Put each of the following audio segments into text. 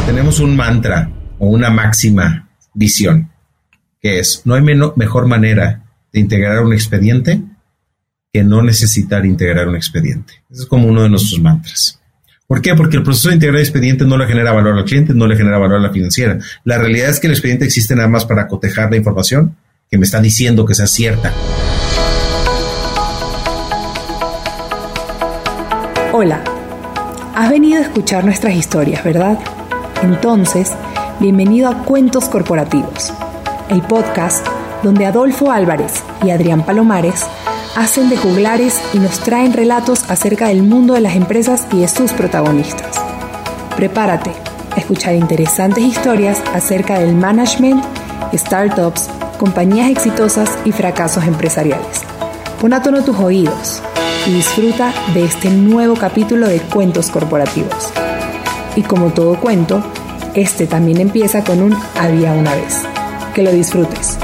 tenemos un mantra o una máxima visión, que es: no hay mejor manera de integrar un expediente que no necesitar integrar un expediente. Ese es como uno de nuestros mantras. ¿Por qué? Porque el proceso de integrar expedientes no le genera valor al cliente, no le genera valor a la financiera. La realidad es que el expediente existe nada más para cotejar la información que me está diciendo que sea cierta. Hola, has venido a escuchar nuestras historias, ¿verdad? Entonces, bienvenido a Cuentos Corporativos, el podcast donde Adolfo Álvarez y Adrián Palomares hacen de juglares y nos traen relatos acerca del mundo de las empresas y de sus protagonistas. Prepárate a escuchar interesantes historias acerca del management, startups, compañías exitosas y fracasos empresariales. Pon a tono tus oídos y disfruta de este nuevo capítulo de Cuentos Corporativos. Y como todo cuento, este también empieza con un había una vez. Que lo disfrutes.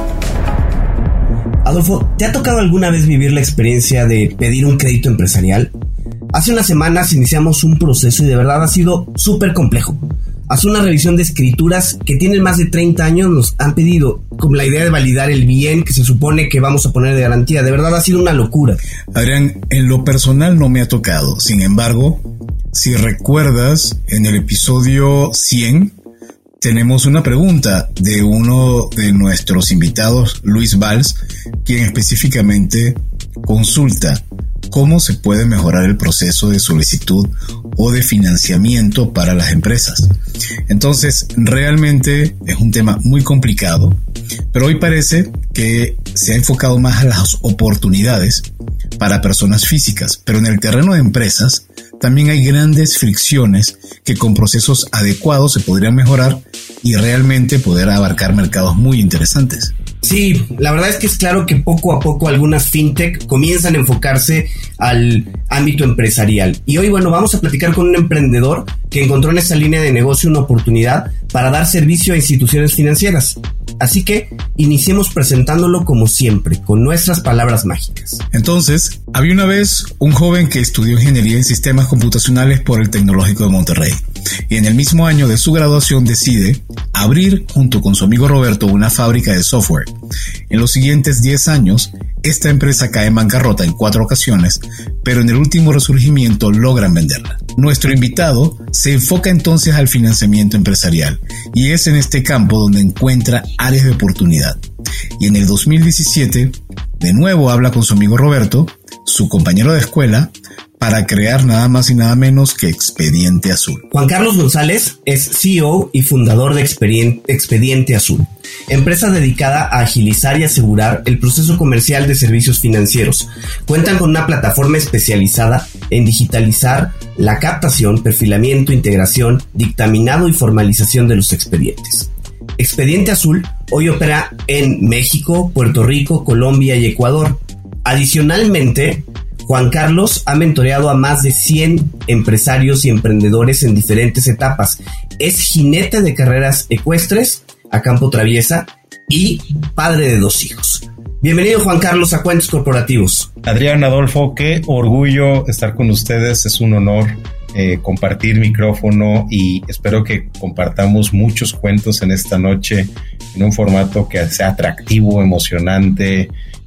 Adolfo, ¿te ha tocado alguna vez vivir la experiencia de pedir un crédito empresarial? Hace unas semanas iniciamos un proceso y de verdad ha sido súper complejo. Hace una revisión de escrituras que tienen más de 30 años, nos han pedido con la idea de validar el bien que se supone que vamos a poner de garantía. De verdad ha sido una locura. Adrián, en lo personal no me ha tocado. Sin embargo, si recuerdas, en el episodio 100 tenemos una pregunta de uno de nuestros invitados, Luis Valls, quien específicamente consulta cómo se puede mejorar el proceso de solicitud o de financiamiento para las empresas. Entonces, realmente es un tema muy complicado, pero hoy parece que se ha enfocado más a las oportunidades para personas físicas, pero en el terreno de empresas también hay grandes fricciones que con procesos adecuados se podrían mejorar y realmente poder abarcar mercados muy interesantes. Sí, la verdad es que es claro que poco a poco algunas fintech comienzan a enfocarse al ámbito empresarial. Y hoy, vamos a platicar con un emprendedor que encontró en esa línea de negocio una oportunidad para dar servicio a instituciones financieras. Así que iniciemos presentándolo como siempre, con nuestras palabras mágicas. Entonces, había una vez un joven que estudió ingeniería en sistemas computacionales por el Tecnológico de Monterrey. Y en el mismo año de su graduación decide abrir, junto con su amigo Roberto, una fábrica de software. En los siguientes 10 años, esta empresa cae en bancarrota en 4 ocasiones, pero en el último resurgimiento logran venderla. Nuestro invitado se enfoca entonces al financiamiento empresarial y es en este campo donde encuentra áreas de oportunidad. Y en el 2017, de nuevo habla con su amigo Roberto, su compañero de escuela, para crear nada más y nada menos que Expediente Azul. Juan Carlos González es CEO y fundador de Expediente Azul, empresa dedicada a agilizar y asegurar el proceso comercial de servicios financieros. Cuentan con una plataforma especializada en digitalizar la captación, perfilamiento, integración, dictaminado y formalización de los expedientes. Expediente Azul hoy opera en México, Puerto Rico, Colombia y Ecuador. Adicionalmente, Juan Carlos ha mentoreado a más de 100 empresarios y emprendedores en diferentes etapas. Es jinete de carreras ecuestres a campo traviesa y padre de 2 hijos. Bienvenido, Juan Carlos, a Cuentos Corporativos. Adrián, Adolfo, qué orgullo estar con ustedes. Es un honor compartir micrófono y espero que compartamos muchos cuentos en esta noche en un formato que sea atractivo, emocionante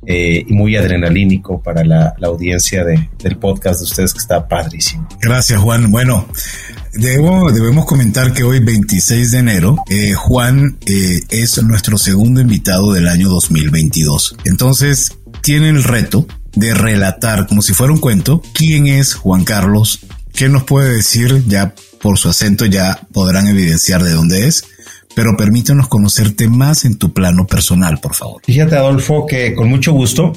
y muy adrenalínico para la audiencia del podcast de ustedes, que está padrísimo. Gracias, Juan. Bueno, debemos comentar que hoy, 26 de enero, Juan es nuestro segundo invitado del año 2022. Entonces, tiene el reto de relatar, como si fuera un cuento, quién es Juan Carlos, qué nos puede decir. Ya por su acento ya podrán evidenciar de dónde es, pero permítanos conocerte más en tu plano personal, por favor. Fíjate, Adolfo, que con mucho gusto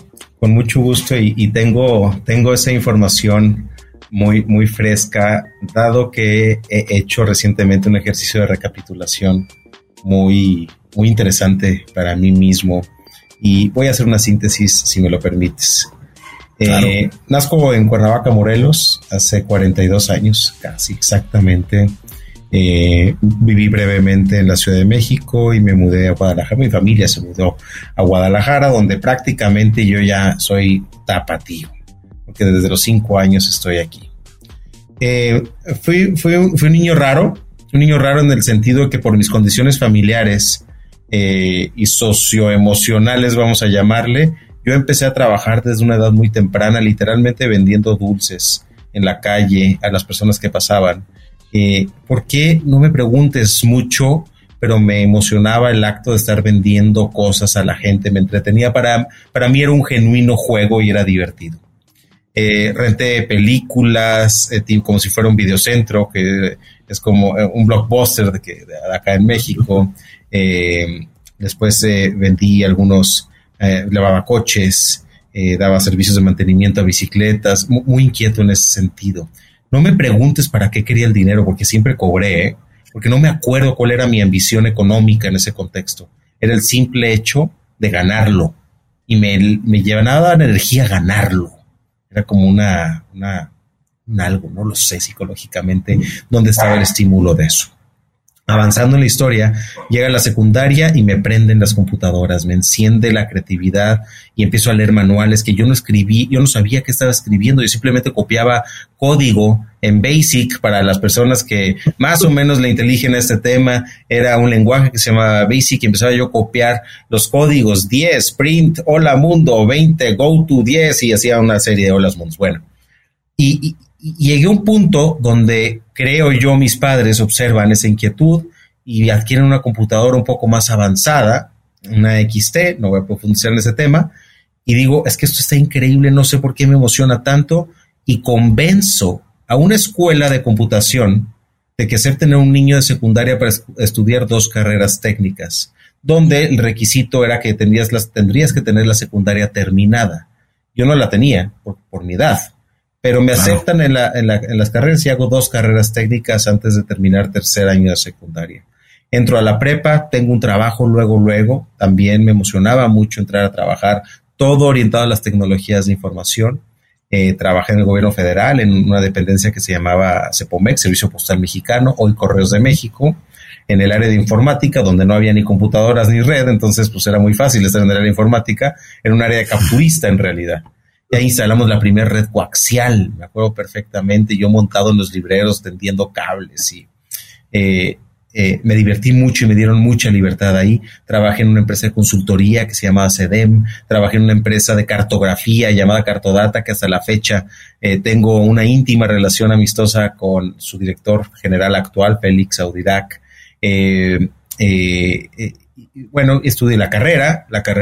y tengo esa información muy fresca, dado que he hecho recientemente un ejercicio de recapitulación muy interesante para mí mismo, y voy a hacer una síntesis, si me lo permites. Claro. Nazco en Cuernavaca, Morelos, hace 42 años, casi exactamente. Viví brevemente en la Ciudad de México y me mudé a Guadalajara. Mi familia se mudó a Guadalajara, donde prácticamente yo ya soy tapatío, porque desde los 5 años estoy aquí. Fui un niño raro, un niño raro en el sentido de que por mis condiciones familiares y socioemocionales, vamos a llamarle, yo empecé a trabajar desde una edad muy temprana, literalmente vendiendo dulces en la calle a las personas que pasaban. ¿Por qué? No me preguntes mucho, pero me emocionaba el acto de estar vendiendo cosas a la gente, me entretenía, para mí era un genuino juego y era divertido. Renté películas, como si fuera un videocentro, que es como un blockbuster de acá en México. Después vendí algunos, lavaba coches, daba servicios de mantenimiento a bicicletas, muy inquieto en ese sentido. No me preguntes para qué quería el dinero, porque siempre cobré, porque no me acuerdo cuál era mi ambición económica en ese contexto. Era el simple hecho de ganarlo y me llevaba energía ganarlo. Era como un algo, no lo sé psicológicamente, dónde estaba el estímulo de eso. Avanzando en la historia, llega la secundaria y me prenden las computadoras, me enciende la creatividad y empiezo a leer manuales que yo no escribí, yo no sabía qué estaba escribiendo, yo simplemente copiaba código en BASIC. Para las personas que más o menos le inteligen a este tema, era un lenguaje que se llamaba BASIC y empezaba yo a copiar los códigos 10, print, hola mundo, 20, go to 10 y hacía una serie de holas mundos. Bueno, y llegué a un punto donde creo yo mis padres observan esa inquietud y adquieren una computadora un poco más avanzada, una XT, no voy a profundizar en ese tema, y digo, es que esto está increíble, no sé por qué me emociona tanto, y convenzo a una escuela de computación de que acepten a un niño de secundaria para estudiar 2 carreras técnicas, donde el requisito era que tendrías que tener la secundaria terminada. Yo no la tenía por mi edad, pero me aceptan en las carreras y hago 2 carreras técnicas antes de terminar 3er año de secundaria. Entro a la prepa, tengo un trabajo luego, también me emocionaba mucho entrar a trabajar, todo orientado a las tecnologías de información. Trabajé en el gobierno federal, en una dependencia que se llamaba CEPOMEX, Servicio Postal Mexicano, hoy Correos de México, en el área de informática, donde no había ni computadoras ni red, entonces pues era muy fácil estar en el área de informática, en un área de capturista en realidad. Y ahí instalamos la primera red coaxial, me acuerdo perfectamente, yo montado en los libreros tendiendo cables y me divertí mucho y me dieron mucha libertad ahí. Trabajé en una empresa de consultoría que se llamaba CEDEM, trabajé en una empresa de cartografía llamada Cartodata, que hasta la fecha tengo una íntima relación amistosa con su director general actual, Félix Audidac. Bueno, estudié la carrera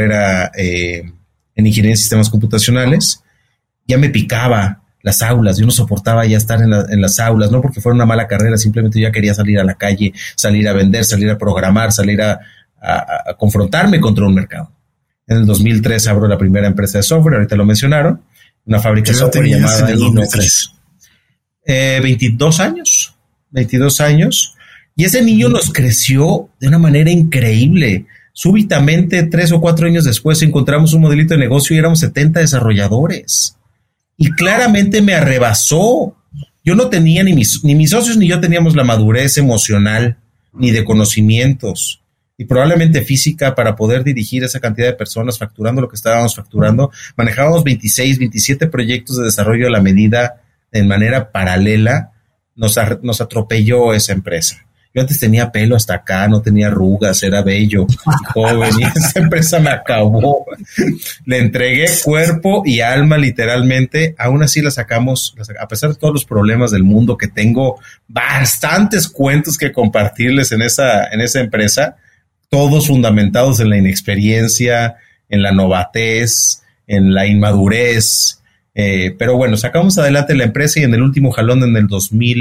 en Ingeniería en Sistemas Computacionales. Ya me picaba las aulas, yo no soportaba ya estar en las aulas, no porque fuera una mala carrera, simplemente yo ya quería salir a la calle, salir a vender, salir a programar, salir a confrontarme contra un mercado. En el 2003 abro la primera empresa de software, ahorita lo mencionaron, una fábrica de software llamada Ino3. 22 años, y ese niño nos creció de una manera increíble. Súbitamente, 3 o 4 años después, encontramos un modelito de negocio y éramos 70 desarrolladores. Y claramente me arrebasó. Yo no tenía, ni mis socios ni yo teníamos la madurez emocional, ni de conocimientos, y probablemente física para poder dirigir esa cantidad de personas facturando lo que estábamos facturando. Manejábamos 26, 27 proyectos de desarrollo a la medida en manera paralela. Nos atropelló esa empresa. Yo antes tenía pelo hasta acá, no tenía arrugas, era bello, joven, y esa empresa me acabó. Le entregué cuerpo y alma literalmente, aún así la sacamos, a pesar de todos los problemas del mundo, que tengo bastantes cuentos que compartirles en esa empresa, todos fundamentados en la inexperiencia, en la novatez, en la inmadurez, pero bueno, sacamos adelante la empresa y en el último jalón, en el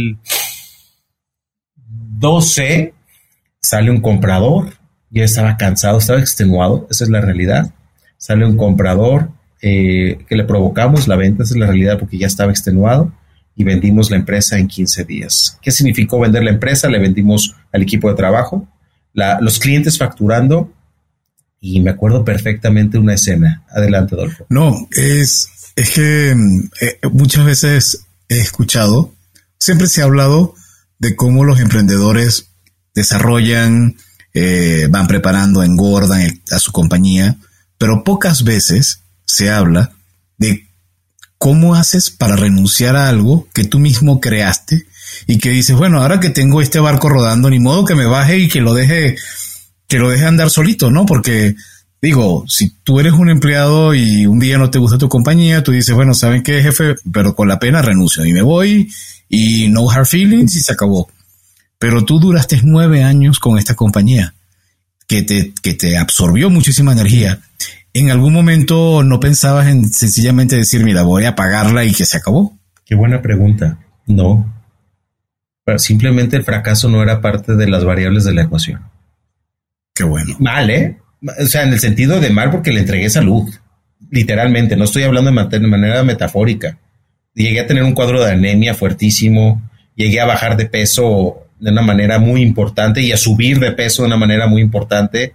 2012, sale un comprador. Yo estaba cansado, estaba extenuado, esa es la realidad. Sale un comprador que le provocamos la venta, esa es la realidad, porque ya estaba extenuado, y vendimos la empresa en 15 días. ¿Qué significó vender la empresa? Le vendimos al equipo de trabajo, los clientes facturando, y me acuerdo perfectamente una escena. Adelante, Adolfo. No, es que muchas veces he escuchado, siempre se ha hablado de cómo los emprendedores desarrollan, van preparando, engordan a su compañía, pero pocas veces se habla de ¿cómo haces para renunciar a algo que tú mismo creaste y que dices, bueno, ahora que tengo este barco rodando, ni modo que me baje y que lo deje andar solito, ¿no? Porque digo, si tú eres un empleado y un día no te gusta tu compañía, tú dices, bueno, ¿saben qué, jefe? Pero con la pena renuncio y me voy y no hard feelings y se acabó. Pero tú duraste 9 años con esta compañía que te absorbió muchísima energía. ¿En algún momento no pensabas en sencillamente decir, mira, voy a pagarla y que se acabó? Qué buena pregunta. No. Pero simplemente el fracaso no era parte de las variables de la ecuación. Qué bueno. Mal, ¿eh? O sea, en el sentido de mal porque le entregué salud. Literalmente, no estoy hablando de manera metafórica. Llegué a tener un cuadro de anemia fuertísimo. Llegué a bajar de peso de una manera muy importante y a subir de peso de una manera muy importante.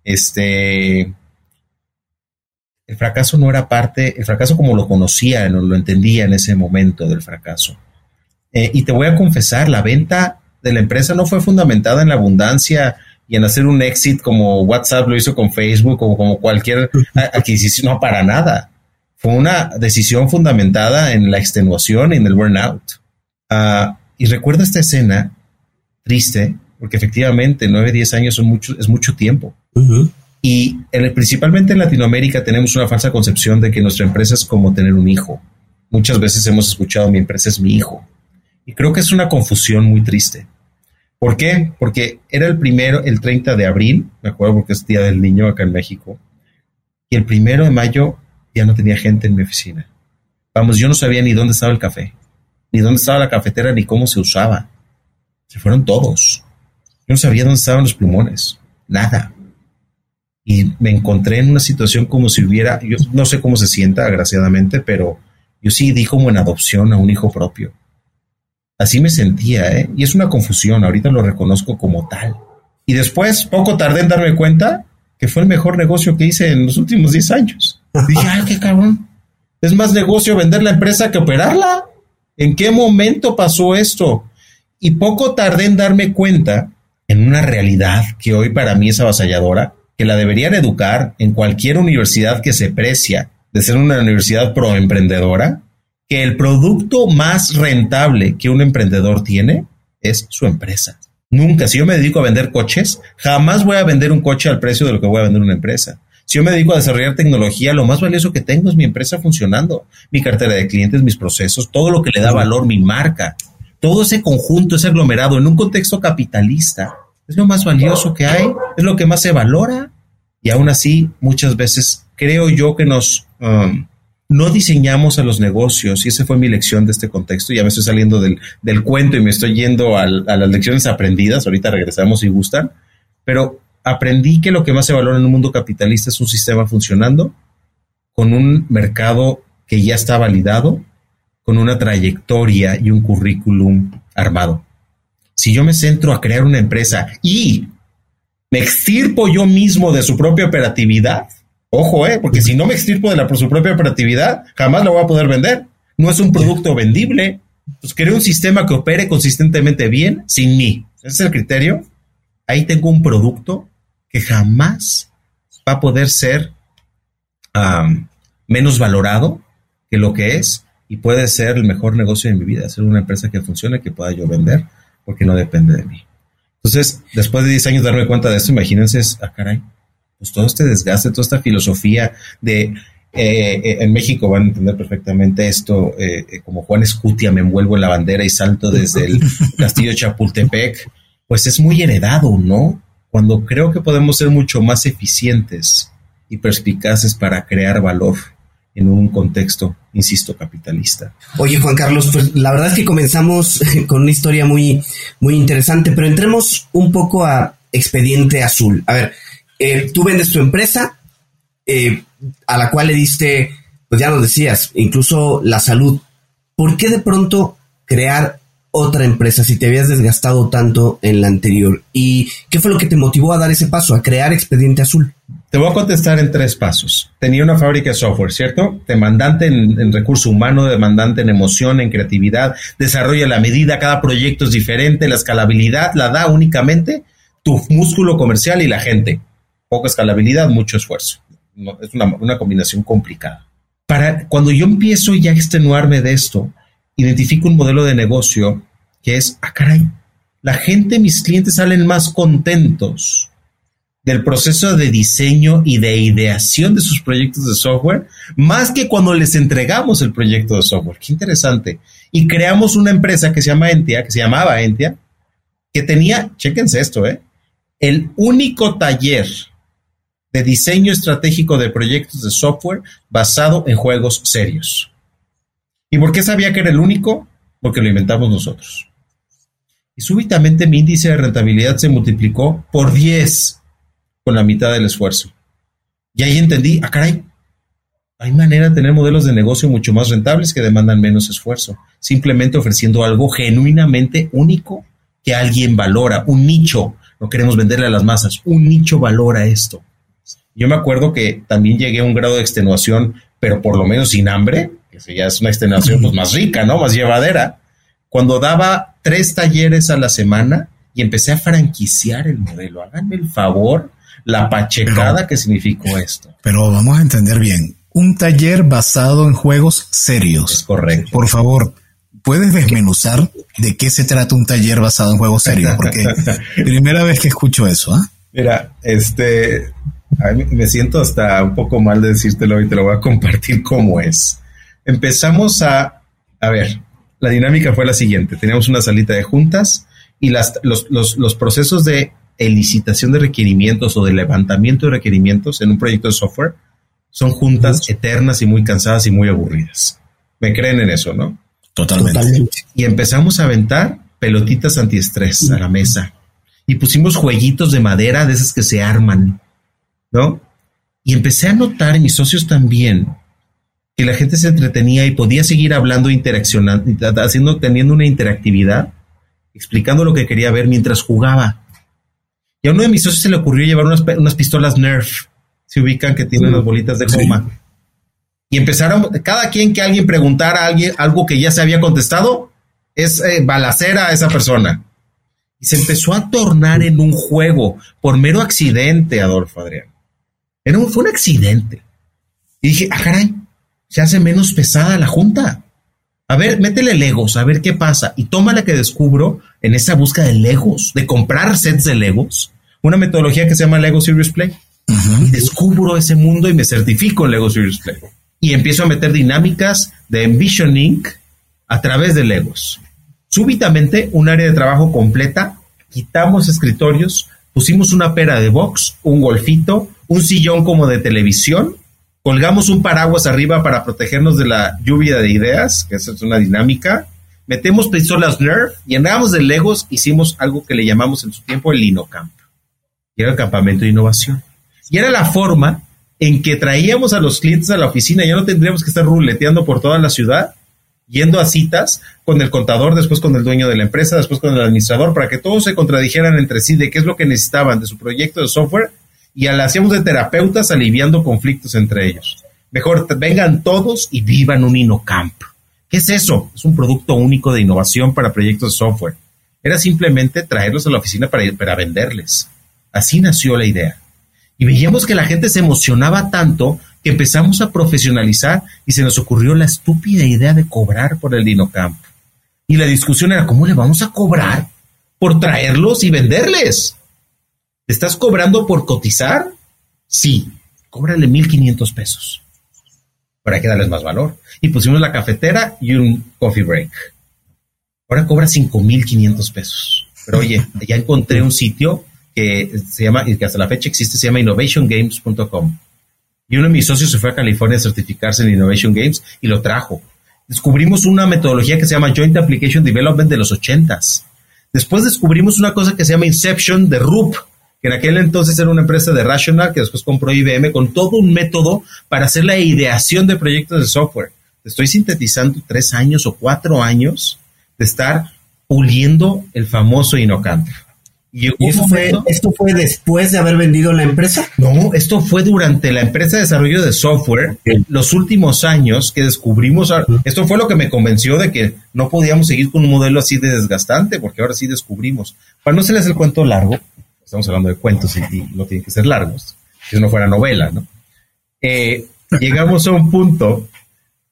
El fracaso no era parte, el fracaso como lo conocía, no lo entendía en ese momento del fracaso. Y te voy a confesar, la venta de la empresa no fue fundamentada en la abundancia y en hacer un exit como WhatsApp lo hizo con Facebook o como cualquier adquisición, no, para nada. Fue una decisión fundamentada en la extenuación y en el burnout. Y recuerdo esta escena triste, porque efectivamente 9, 10 años es mucho tiempo. Uh-huh. Y principalmente en Latinoamérica tenemos una falsa concepción de que nuestra empresa es como tener un hijo. Muchas veces hemos escuchado, mi empresa es mi hijo. Y creo que es una confusión muy triste. ¿Por qué? Porque era el 30 de abril, me acuerdo porque es Día del Niño acá en México, y el 1 de mayo ya no tenía gente en mi oficina. Vamos, yo no sabía ni dónde estaba el café, ni dónde estaba la cafetera, ni cómo se usaba. Se fueron todos. Yo no sabía dónde estaban los plumones, nada. Y me encontré en una situación como si hubiera, yo no sé cómo se sienta, agraciadamente, pero yo sí di como en adopción a un hijo propio. Así me sentía, ¿eh? Y es una confusión, ahorita lo reconozco como tal. Y después, poco tardé en darme cuenta que fue el mejor negocio que hice en los últimos 10 años. Dije, ay, qué cabrón. Es más negocio vender la empresa que operarla. ¿En qué momento pasó esto? Y poco tardé en darme cuenta, en una realidad que hoy para mí es avasalladora, que la deberían educar en cualquier universidad que se precia de ser una universidad proemprendedora, que el producto más rentable que un emprendedor tiene es su empresa. Nunca, si yo me dedico a vender coches, jamás voy a vender un coche al precio de lo que voy a vender una empresa. Si yo me dedico a desarrollar tecnología, lo más valioso que tengo es mi empresa funcionando, mi cartera de clientes, mis procesos, todo lo que le da valor, mi marca, todo ese conjunto, ese aglomerado en un contexto capitalista es lo más valioso que hay, es lo que más se valora. Y aún así, muchas veces creo yo que no diseñamos a los negocios, y esa fue mi lección de este contexto. Ya me estoy saliendo del cuento y me estoy yendo a las lecciones aprendidas. Ahorita regresamos si gustan, pero aprendí que lo que más se valora en un mundo capitalista es un sistema funcionando, con un mercado que ya está validado, con una trayectoria y un currículum armado. Si yo me centro a crear una empresa y me extirpo yo mismo de su propia operatividad, ojo, porque si no me extirpo de su propia operatividad, jamás lo voy a poder vender. No es un producto vendible. Pues creo un sistema que opere consistentemente bien sin mí. Ese es el criterio. Ahí tengo un producto que jamás va a poder ser menos valorado que lo que es, y puede ser el mejor negocio de mi vida, ser una empresa que funcione, que pueda yo vender, porque no depende de mí. Entonces, después de 10 años de darme cuenta de esto, imagínense, caray, pues todo este desgaste, toda esta filosofía de, en México van a entender perfectamente esto, como Juan Escutia, me envuelvo en la bandera y salto desde el castillo de Chapultepec, pues es muy heredado, ¿no? Cuando creo que podemos ser mucho más eficientes y perspicaces para crear valor en un contexto, insisto, capitalista. Oye, Juan Carlos, pues la verdad es que comenzamos con una historia muy, muy interesante, pero entremos un poco a Expediente Azul. A ver, tú vendes tu empresa, a la cual le diste, pues ya nos decías, incluso la salud. ¿Por qué de pronto crear otra empresa si te habías desgastado tanto en la anterior? ¿Y qué fue lo que te motivó a dar ese paso, a crear Expediente Azul? Te voy a contestar en 3 pasos. Tenía una fábrica de software, ¿cierto? Demandante en recurso humano, demandante en emoción, en creatividad, desarrollo a la medida, cada proyecto es diferente, la escalabilidad la da únicamente tu músculo comercial y la gente. Poca escalabilidad, mucho esfuerzo. No, es una combinación complicada. Cuando yo empiezo ya a extenuarme de esto, identifico un modelo de negocio que es, caray, la gente, mis clientes salen más contentos del proceso de diseño y de ideación de sus proyectos de software, más que cuando les entregamos el proyecto de software. Qué interesante. Y creamos una empresa que se llamaba Entia, que tenía, chéquense esto, el único taller de diseño estratégico de proyectos de software basado en juegos serios. ¿Y por qué sabía que era el único? Porque lo inventamos nosotros. Y súbitamente mi índice de rentabilidad se multiplicó por 10 con la mitad del esfuerzo. Y ahí entendí, caray, hay manera de tener modelos de negocio mucho más rentables que demandan menos esfuerzo, simplemente ofreciendo algo genuinamente único que alguien valora, un nicho. No queremos venderle a las masas, un nicho valora esto. Yo me acuerdo que también llegué a un grado de extenuación, pero por lo menos sin hambre, que ya es una extenuación pues más rica, ¿no? Más llevadera. Cuando daba 3 talleres a la semana y empecé a franquiciar el modelo. Háganme el favor, la pachecada que significó esto. Pero vamos a entender bien. Un taller basado en juegos serios. Es correcto. Por favor, ¿puedes desmenuzar de qué se trata un taller basado en juegos serios? Porque primera vez que escucho eso, ¿ah? Mira, a mí me siento hasta un poco mal de decírtelo y te lo voy a compartir cómo es. Empezamos a ver, la dinámica fue la siguiente. Teníamos una salita de juntas y los procesos de licitación de requerimientos o de levantamiento de requerimientos en un proyecto de software son juntas eternas y muy cansadas y muy aburridas. ¿Me creen en eso, no? Totalmente. Y empezamos a aventar pelotitas antiestrés a la mesa y pusimos jueguitos de madera de esas que se arman, ¿no? Y empecé a notar en mis socios también que la gente se entretenía y podía seguir hablando, interaccionando, teniendo una interactividad, explicando lo que quería ver mientras jugaba. Y a uno de mis socios se le ocurrió llevar unas pistolas Nerf, se ubican, que tienen unas bolitas de goma. Sí. Y empezaron, cada quien que alguien preguntara a alguien algo que ya se había contestado, es balacera a esa persona. Y se empezó a tornar en un juego por mero accidente, Adolfo, Adrián. Fue un accidente. Y dije, caray, se hace menos pesada la junta. A ver, métele Legos, a ver qué pasa. Y toma la que descubro en esa búsqueda de Legos, de comprar sets de Legos, una metodología que se llama Lego Serious Play. Y descubro ese mundo y me certifico en Lego Serious Play. Y empiezo a meter dinámicas de envisioning a través de Legos. Súbitamente, un área de trabajo completa, quitamos escritorios, pusimos una pera de box, un golfito, un sillón como de televisión, colgamos un paraguas arriba para protegernos de la lluvia de ideas, que esa es una dinámica, metemos pistolas Nerf, llenamos de Legos, hicimos algo que le llamamos en su tiempo el Linocamp. Y era el campamento de innovación. Y era la forma en que traíamos a los clientes a la oficina. Ya no tendríamos que estar ruleteando por toda la ciudad, yendo a citas con el contador, después con el dueño de la empresa, después con el administrador, para que todos se contradijeran entre sí de qué es lo que necesitaban de su proyecto de software, y la hacíamos de terapeutas aliviando conflictos entre ellos. Mejor vengan todos y vivan un InnoCamp. ¿Qué es eso? Es un producto único de innovación para proyectos de software. Era simplemente traerlos a la oficina para venderles. Así nació la idea. Y veíamos que la gente se emocionaba tanto que empezamos a profesionalizar y se nos ocurrió la estúpida idea de cobrar por el InnoCamp. Y la discusión era, ¿cómo le vamos a cobrar por traerlos y venderles? ¿Te estás cobrando por cotizar? Sí, cóbrale 1,500 pesos. Pero hay que darles más valor. Y pusimos la cafetera y un coffee break. Ahora cobra 5,500 pesos. Pero oye, ya encontré un sitio que se llama, y que hasta la fecha existe, se llama innovationgames.com. Y uno de mis socios se fue a California a certificarse en Innovation Games y lo trajo. Descubrimos una metodología que se llama Joint Application Development de los 80s. Después descubrimos una cosa que se llama Inception de Roop, que en aquel entonces era una empresa de Rational que después compró IBM, con todo un método para hacer la ideación de proyectos de software. Te estoy sintetizando 3 años o 4 años de estar puliendo el famoso InnoCamp. ¿Y esto fue después de haber vendido la empresa? No, esto fue durante la empresa de desarrollo de software, los últimos años que descubrimos. Esto fue lo que me convenció de que no podíamos seguir con un modelo así de desgastante, porque ahora sí descubrimos. Para no hacerles el cuento largo, estamos hablando de cuentos y no tienen que ser largos, si no fuera novela, ¿no? Llegamos a un punto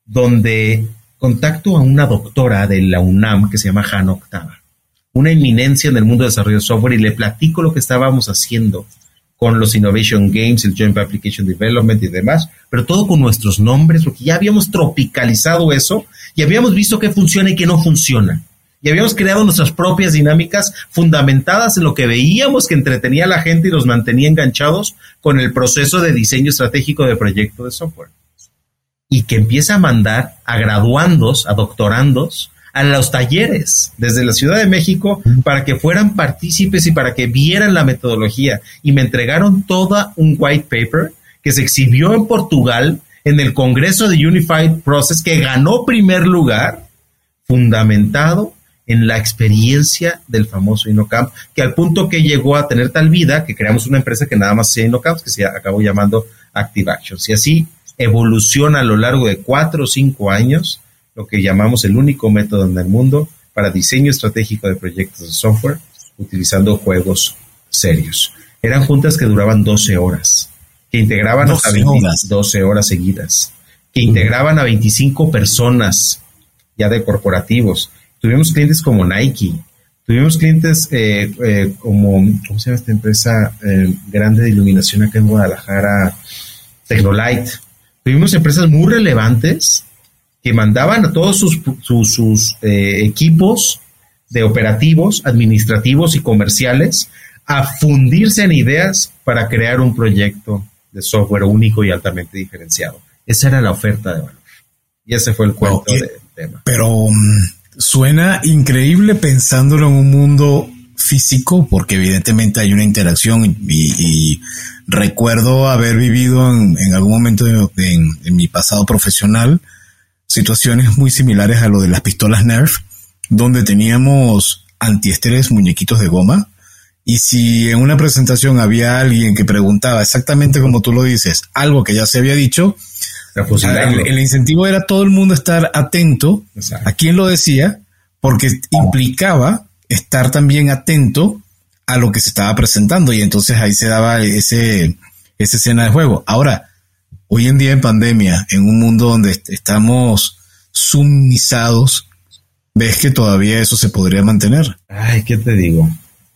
donde contacto a una doctora de la UNAM que se llama Hanna Octava, una eminencia en el mundo de desarrollo de software, y le platico lo que estábamos haciendo con los Innovation Games, el Joint Application Development y demás, pero todo con nuestros nombres, porque ya habíamos tropicalizado eso y habíamos visto qué funciona y qué no funciona. Y habíamos creado nuestras propias dinámicas fundamentadas en lo que veíamos que entretenía a la gente y los mantenía enganchados con el proceso de diseño estratégico de proyecto de software. Y que empieza a mandar a graduandos, a doctorandos, a los talleres desde la Ciudad de México para que fueran partícipes y para que vieran la metodología. Y me entregaron todo un white paper que se exhibió en Portugal en el Congreso de Unified Process, que ganó primer lugar, fundamentado en la experiencia del famoso InnoCamp, que al punto que llegó a tener tal vida que creamos una empresa que nada más hacía InnoCamps, que se acabó llamando Active Actions. Y así evoluciona a lo largo de 4 o 5 años lo que llamamos el único método en el mundo para diseño estratégico de proyectos de software utilizando juegos serios. Eran juntas que duraban 12 horas, que integraban hasta 12 horas seguidas, que integraban a 25 personas ya de corporativos. Tuvimos clientes como Nike, tuvimos clientes como, ¿cómo se llama esta empresa grande de iluminación acá en Guadalajara? Tecnolite. Tuvimos empresas muy relevantes que mandaban a todos sus equipos de operativos, administrativos y comerciales a fundirse en ideas para crear un proyecto de software único y altamente diferenciado. Esa era la oferta de valor. Y ese fue el cuento del tema. Pero suena increíble pensándolo en un mundo físico, porque evidentemente hay una interacción y recuerdo haber vivido en algún momento en mi pasado profesional situaciones muy similares a lo de las pistolas Nerf, donde teníamos antiestrés, muñequitos de goma, y si en una presentación había alguien que preguntaba exactamente como tú lo dices, algo que ya se había dicho, el incentivo era todo el mundo estar atento a quién lo decía, porque implicaba estar también atento a lo que se estaba presentando, y entonces ahí se daba esa escena de juego. Ahora, hoy en día en pandemia, en un mundo donde estamos sumisados, ¿ves que todavía eso se podría mantener? Ay, ¿qué te digo?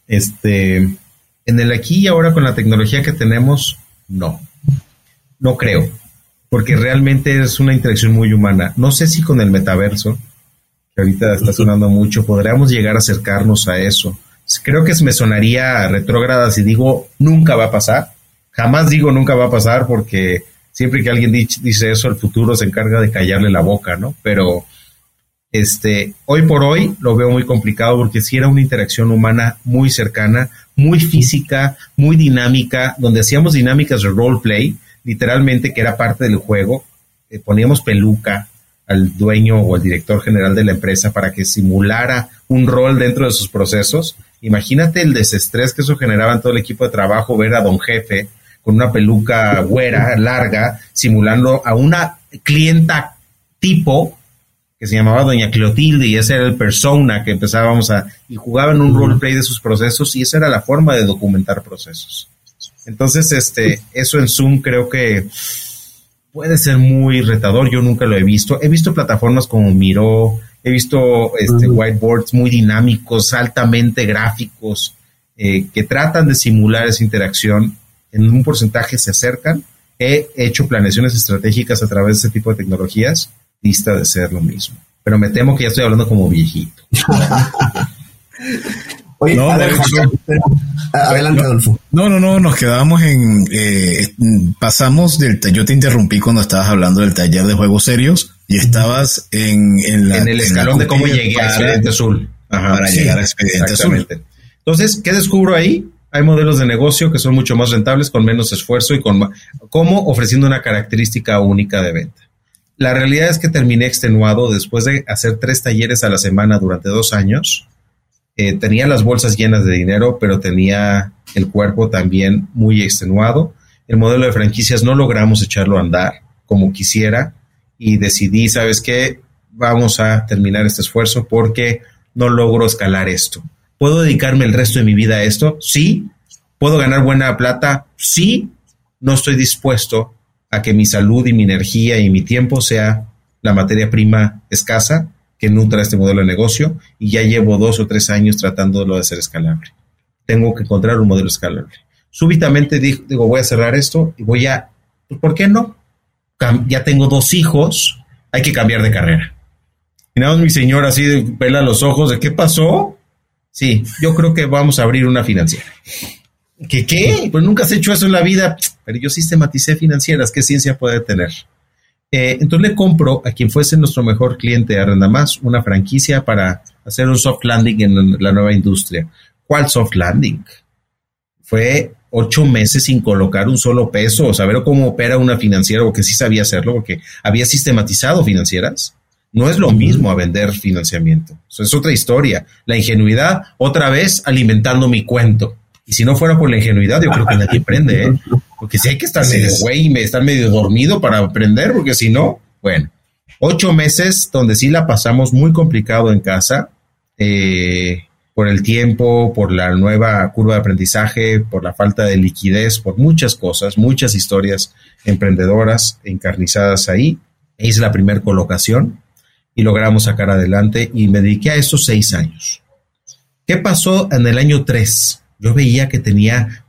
En el aquí y ahora con la tecnología que tenemos, no creo, porque realmente es una interacción muy humana. No sé si con el metaverso, que ahorita está sonando mucho, podríamos llegar a acercarnos a eso. Creo que me sonaría retrógrada si digo nunca va a pasar. Jamás digo nunca va a pasar, porque siempre que alguien dice eso, el futuro se encarga de callarle la boca, ¿no? Pero hoy por hoy lo veo muy complicado, porque sí era una interacción humana muy cercana, muy física, muy dinámica, donde hacíamos dinámicas de roleplay, literalmente, que era parte del juego. Poníamos peluca al dueño o al director general de la empresa para que simulara un rol dentro de sus procesos. Imagínate el desestrés que eso generaba en todo el equipo de trabajo, ver a don jefe con una peluca güera, larga, simulando a una clienta tipo que se llamaba doña Clotilde, y ese era el persona que empezábamos y jugaban un roleplay de sus procesos, y esa era la forma de documentar procesos. Entonces, eso en Zoom creo que puede ser muy retador. Yo nunca lo he visto. He visto plataformas como Miro, he visto whiteboards muy dinámicos, altamente gráficos, que tratan de simular esa interacción. En un porcentaje se acercan. He hecho planeaciones estratégicas a través de ese tipo de tecnologías, lista de ser lo mismo. Pero me temo que ya estoy hablando como viejito. Oye, no, adelante, Adolfo. No, nos quedamos pasamos yo te interrumpí cuando estabas hablando del taller de juegos serios y estabas en el escalón de cómo llegué a Expediente Azul. Ajá, para llegar a Expediente Azul. Entonces, ¿qué descubro ahí? Hay modelos de negocio que son mucho más rentables, con menos esfuerzo y como ofreciendo una característica única de venta. La realidad es que terminé extenuado después de hacer 3 talleres a la semana durante 2 años. Tenía las bolsas llenas de dinero, pero tenía el cuerpo también muy extenuado. El modelo de franquicias no logramos echarlo a andar como quisiera, y decidí, ¿sabes qué? Vamos a terminar este esfuerzo porque no logro escalar esto. ¿Puedo dedicarme el resto de mi vida a esto? Sí. ¿Puedo ganar buena plata? Sí. No estoy dispuesto a que mi salud y mi energía y mi tiempo sea la materia prima escasa que nutra este modelo de negocio y ya llevo 2 o 3 años tratándolo de hacer escalable. Tengo que encontrar un modelo escalable. Súbitamente digo, voy a cerrar esto y pues ¿por qué no? Ya tengo 2 hijos, hay que cambiar de carrera. Y nada más mi señora así pela los ojos de ¿qué pasó? Sí, yo creo que vamos a abrir una financiera. ¿Qué? Pues nunca has hecho eso en la vida. Pero yo sistematicé financieras. ¿Qué ciencia puede tener? Entonces le compro a quien fuese nuestro mejor cliente de Arrendamás una franquicia para hacer un soft landing en la nueva industria. ¿Cuál soft landing? Fue 8 meses sin colocar un solo peso, saber cómo opera una financiera, porque sí sabía hacerlo, porque había sistematizado financieras. No es lo mismo a vender financiamiento. Eso es otra historia. La ingenuidad, otra vez alimentando mi cuento. Y si no fuera por la ingenuidad, yo creo que nadie aprende, ¿eh? Porque si hay que estar medio güey y estar medio dormido para aprender, porque si no, bueno. 8 meses donde sí la pasamos muy complicado en casa, por el tiempo, por la nueva curva de aprendizaje, por la falta de liquidez, por muchas cosas, muchas historias emprendedoras encarnizadas ahí. Hice la primera colocación y logramos sacar adelante y me dediqué a esos 6 años. ¿Qué pasó en el año 3? Yo veía que tenía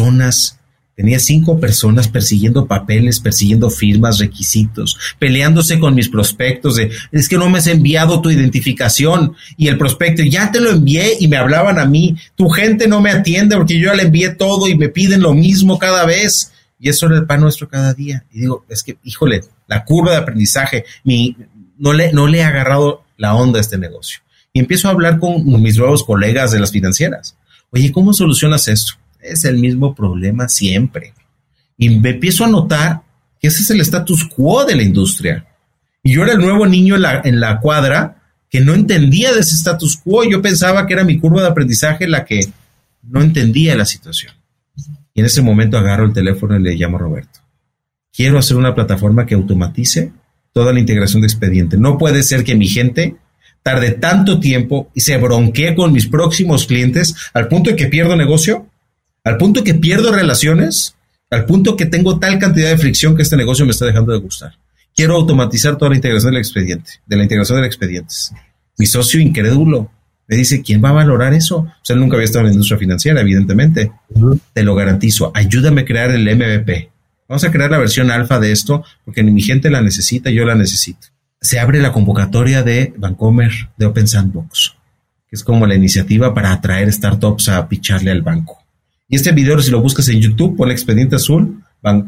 5 personas persiguiendo papeles, persiguiendo firmas, requisitos, peleándose con mis prospectos de, es que no me has enviado tu identificación, y el prospecto, ya te lo envié, y me hablaban a mí, tu gente no me atiende porque yo ya le envié todo y me piden lo mismo cada vez, y eso era el pan nuestro cada día. Y digo, es que, híjole, la curva de aprendizaje, no le he agarrado la onda a este negocio. Y empiezo a hablar con mis nuevos colegas de las financieras. Oye, ¿cómo solucionas esto? Es el mismo problema siempre. Y me empiezo a notar que ese es el status quo de la industria. Y yo era el nuevo niño en la cuadra que no entendía de ese status quo. Yo pensaba que era mi curva de aprendizaje la que no entendía la situación. Y en ese momento agarro el teléfono y le llamo a Roberto. Quiero hacer una plataforma que automatice toda la integración de expediente. No puede ser que mi gente tarde tanto tiempo y se bronquee con mis próximos clientes al punto de que pierdo negocio, al punto de que pierdo relaciones, al punto que tengo tal cantidad de fricción que este negocio me está dejando de gustar. Quiero automatizar toda la integración del expediente, de la integración de expedientes. Mi socio incrédulo me dice, ¿quién va a valorar eso? O sea, él nunca había estado en la industria financiera, evidentemente. Te lo garantizo. Ayúdame a crear el MVP. Vamos a crear la versión alfa de esto porque mi gente la necesita, yo la necesito. Se abre la convocatoria de Bancomer de Open Sandbox, que es como la iniciativa para atraer startups a picharle al banco. Y este video, si lo buscas en YouTube, pon Expediente Azul,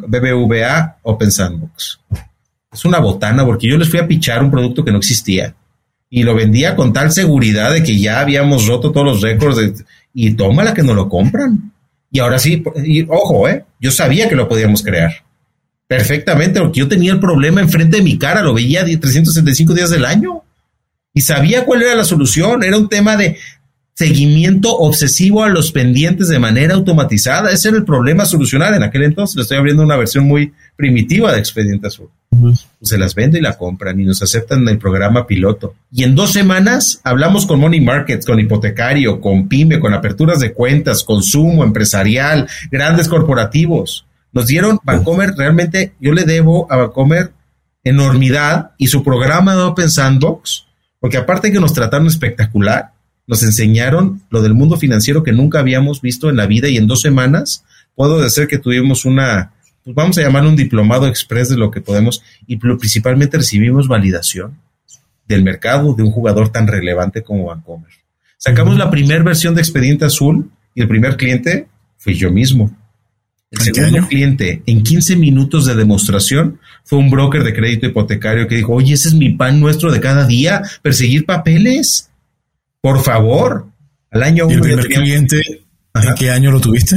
BBVA Open Sandbox. Es una botana porque yo les fui a pichar un producto que no existía y lo vendía con tal seguridad de que ya habíamos roto todos los récords y tómala que no lo compran. Y ahora sí, y ojo, yo sabía que lo podíamos crear perfectamente porque yo tenía el problema enfrente de mi cara, lo veía 365 días del año y sabía cuál era la solución. Era un tema de seguimiento obsesivo a los pendientes de manera automatizada. Ese era el problema a solucionar. En aquel entonces le estoy abriendo una versión muy primitiva de Expediente Azul. Se las vendo y la compran y nos aceptan en el programa piloto. Y en 2 semanas hablamos con Money Markets, con hipotecario, con pyme, con aperturas de cuentas, consumo, empresarial, grandes corporativos. Nos dieron Bancomer, realmente yo le debo a Bancomer enormidad y su programa de Open Sandbox, porque aparte de que nos trataron espectacular, nos enseñaron lo del mundo financiero que nunca habíamos visto en la vida y en 2 semanas puedo decir que tuvimos pues vamos a llamarlo un diplomado express de lo que podemos y principalmente recibimos validación del mercado de un jugador tan relevante como Bancomer. Sacamos la primera versión de Expediente Azul y el primer cliente fui yo mismo. El segundo cliente, en 15 minutos de demostración, fue un broker de crédito hipotecario que dijo, oye, ese es mi pan nuestro de cada día, perseguir papeles. Por favor. Al año 1. ¿Y el primer cliente, en qué año lo tuviste?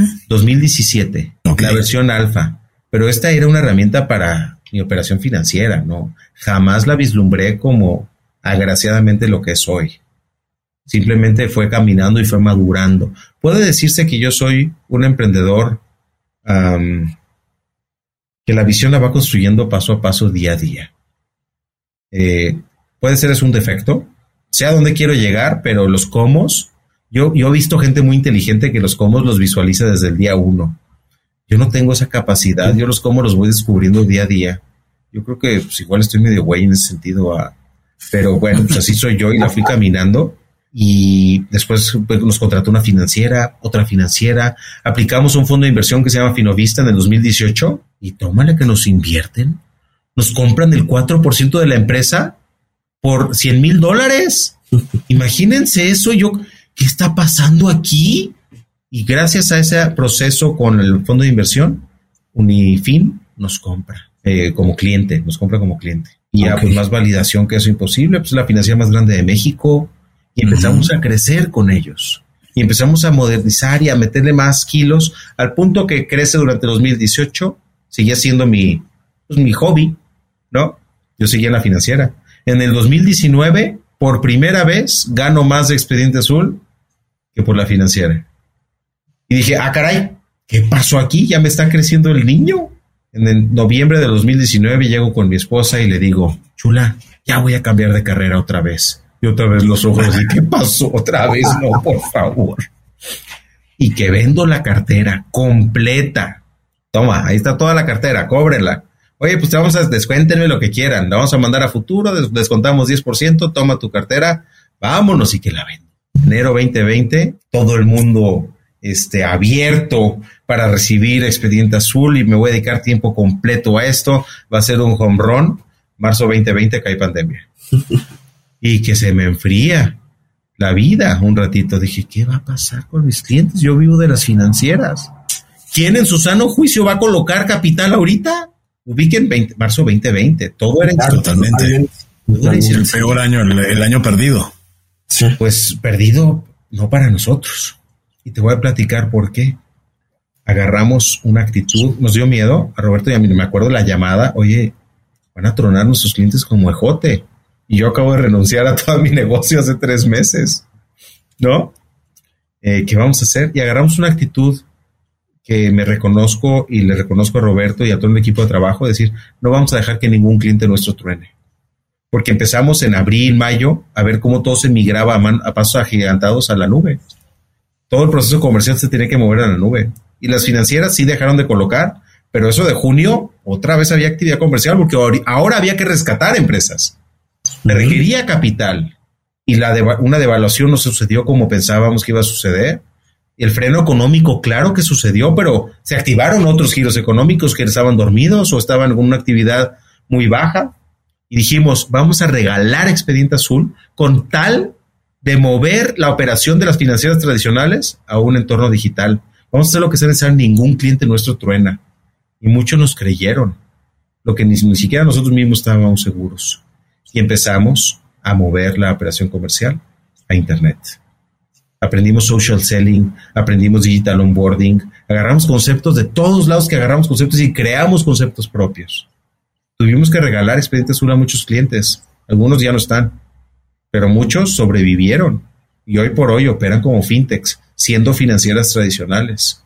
2017, la versión alfa. Pero esta era una herramienta para mi operación financiera, ¿no? Jamás la vislumbré como agraciadamente lo que es hoy. Simplemente fue caminando y fue madurando. Puede decirse que yo soy un emprendedor que la visión la va construyendo paso a paso, día a día. Puede ser es un defecto, sé a dónde quiero llegar, pero los cómo, yo he visto gente muy inteligente que los cómo los visualiza desde el día 1. Yo no tengo esa capacidad, yo los cómo los voy descubriendo día a día. Yo creo que pues, igual estoy medio güey en ese sentido. Pero bueno, pues así soy yo y la fui caminando. Y después pues, nos contrató una financiera, otra financiera. Aplicamos un fondo de inversión que se llama Finovista en el 2018 y tómale que nos invierten. Nos compran el 4% de la empresa por $100,000. Imagínense eso. ¿Qué está pasando aquí? Y gracias a ese proceso con el fondo de inversión, Unifin nos compra como cliente, nos compra como cliente. Y ya pues más validación que eso imposible, pues la financiera más grande de México. Y empezamos a crecer con ellos. Y empezamos a modernizar y a meterle más kilos al punto que crece durante 2018. Seguía siendo mi hobby, ¿no? Yo seguía en la financiera. En el 2019, por primera vez, gano más de Expediente Azul que por la financiera. Y dije, caray, ¿qué pasó aquí? Ya me está creciendo el niño. En el noviembre de 2019 llego con mi esposa y le digo, chula, ya voy a cambiar de carrera otra vez. Y otra vez los ojos, ¿y qué pasó? Otra vez, no, por favor. Y que vendo la cartera completa. Toma, ahí está toda la cartera, cóbrenla. Oye, pues descuéntenme lo que quieran. La vamos a mandar a futuro, descontamos 10%, toma tu cartera, vámonos y que la vendo. Enero 2020, todo el mundo abierto para recibir Expediente Azul y me voy a dedicar tiempo completo a esto. Va a ser un home run. Marzo 2020 cae pandemia. Y que se me enfría la vida un ratito. Dije, ¿qué va a pasar con mis clientes? Yo vivo de las financieras. ¿Quién en su sano juicio va a colocar capital ahorita? Ubiquen marzo 2020. Todo era totalmente. El peor año, el año perdido. Sí. Pues perdido no para nosotros. Y te voy a platicar por qué. Agarramos una actitud, nos dio miedo a Roberto y a mí. Me acuerdo la llamada, oye, van a tronar nuestros clientes como ejote. Y yo acabo de renunciar a todo mi negocio hace 3 meses, ¿no? ¿Qué vamos a hacer? Y agarramos una actitud que me reconozco y le reconozco a Roberto y a todo el equipo de trabajo, decir, no vamos a dejar que ningún cliente nuestro truene. Porque empezamos en abril, mayo, a ver cómo todo se migraba a pasos agigantados a la nube. Todo el proceso comercial se tiene que mover a la nube. Y las financieras sí dejaron de colocar, pero eso de junio, otra vez había actividad comercial, porque ahora había que rescatar empresas. Le requería capital y una devaluación no sucedió como pensábamos que iba a suceder. Y el freno económico, claro que sucedió, pero se activaron otros giros económicos que estaban dormidos o estaban con una actividad muy baja. Y dijimos, vamos a regalar Expediente Azul con tal de mover la operación de las financieras tradicionales a un entorno digital. Vamos a hacer lo que sea necesario, ningún cliente nuestro truena. Y muchos nos creyeron, lo que ni siquiera nosotros mismos estábamos seguros. Y empezamos a mover la operación comercial a Internet. Aprendimos social selling, aprendimos digital onboarding, agarramos conceptos de todos lados que agarramos conceptos y creamos conceptos propios. Tuvimos que regalar Expediente Azul a muchos clientes. Algunos ya no están, pero muchos sobrevivieron y hoy por hoy operan como fintechs, siendo financieras tradicionales.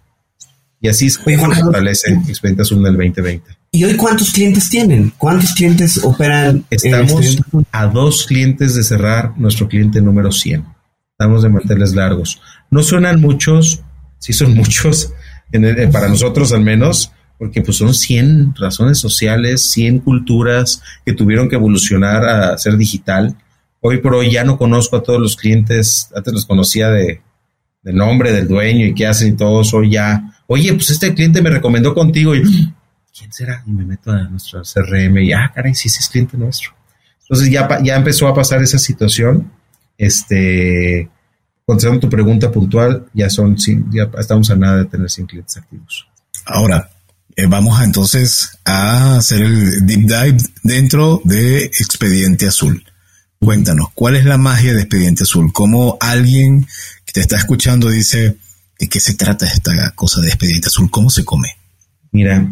Y así es como fortalece Expediente Azul en el 2020. ¿Y hoy cuántos clientes tienen? ¿Cuántos clientes operan? Estamos a 2 clientes de cerrar nuestro cliente número 100. Estamos de manteles largos. No suenan muchos, sí son muchos, para nosotros al menos, porque pues son 100 razones sociales, 100 culturas que tuvieron que evolucionar a ser digital. Hoy por hoy ya no conozco a todos los clientes, antes los conocía de nombre del dueño y qué hacen y todos. Hoy ya, oye, pues este cliente me recomendó contigo y ¿quién será? Y me meto a nuestro CRM y caray, sí, ese es cliente nuestro. Entonces ya empezó a pasar esa situación. Contestando tu pregunta puntual, ya estamos a nada de tener 100 clientes activos. Ahora, vamos entonces a hacer el deep dive dentro de Expediente Azul. Cuéntanos, ¿cuál es la magia de Expediente Azul? ¿Cómo alguien que te está escuchando dice, ¿de qué se trata esta cosa de Expediente Azul? ¿Cómo se come? Mira,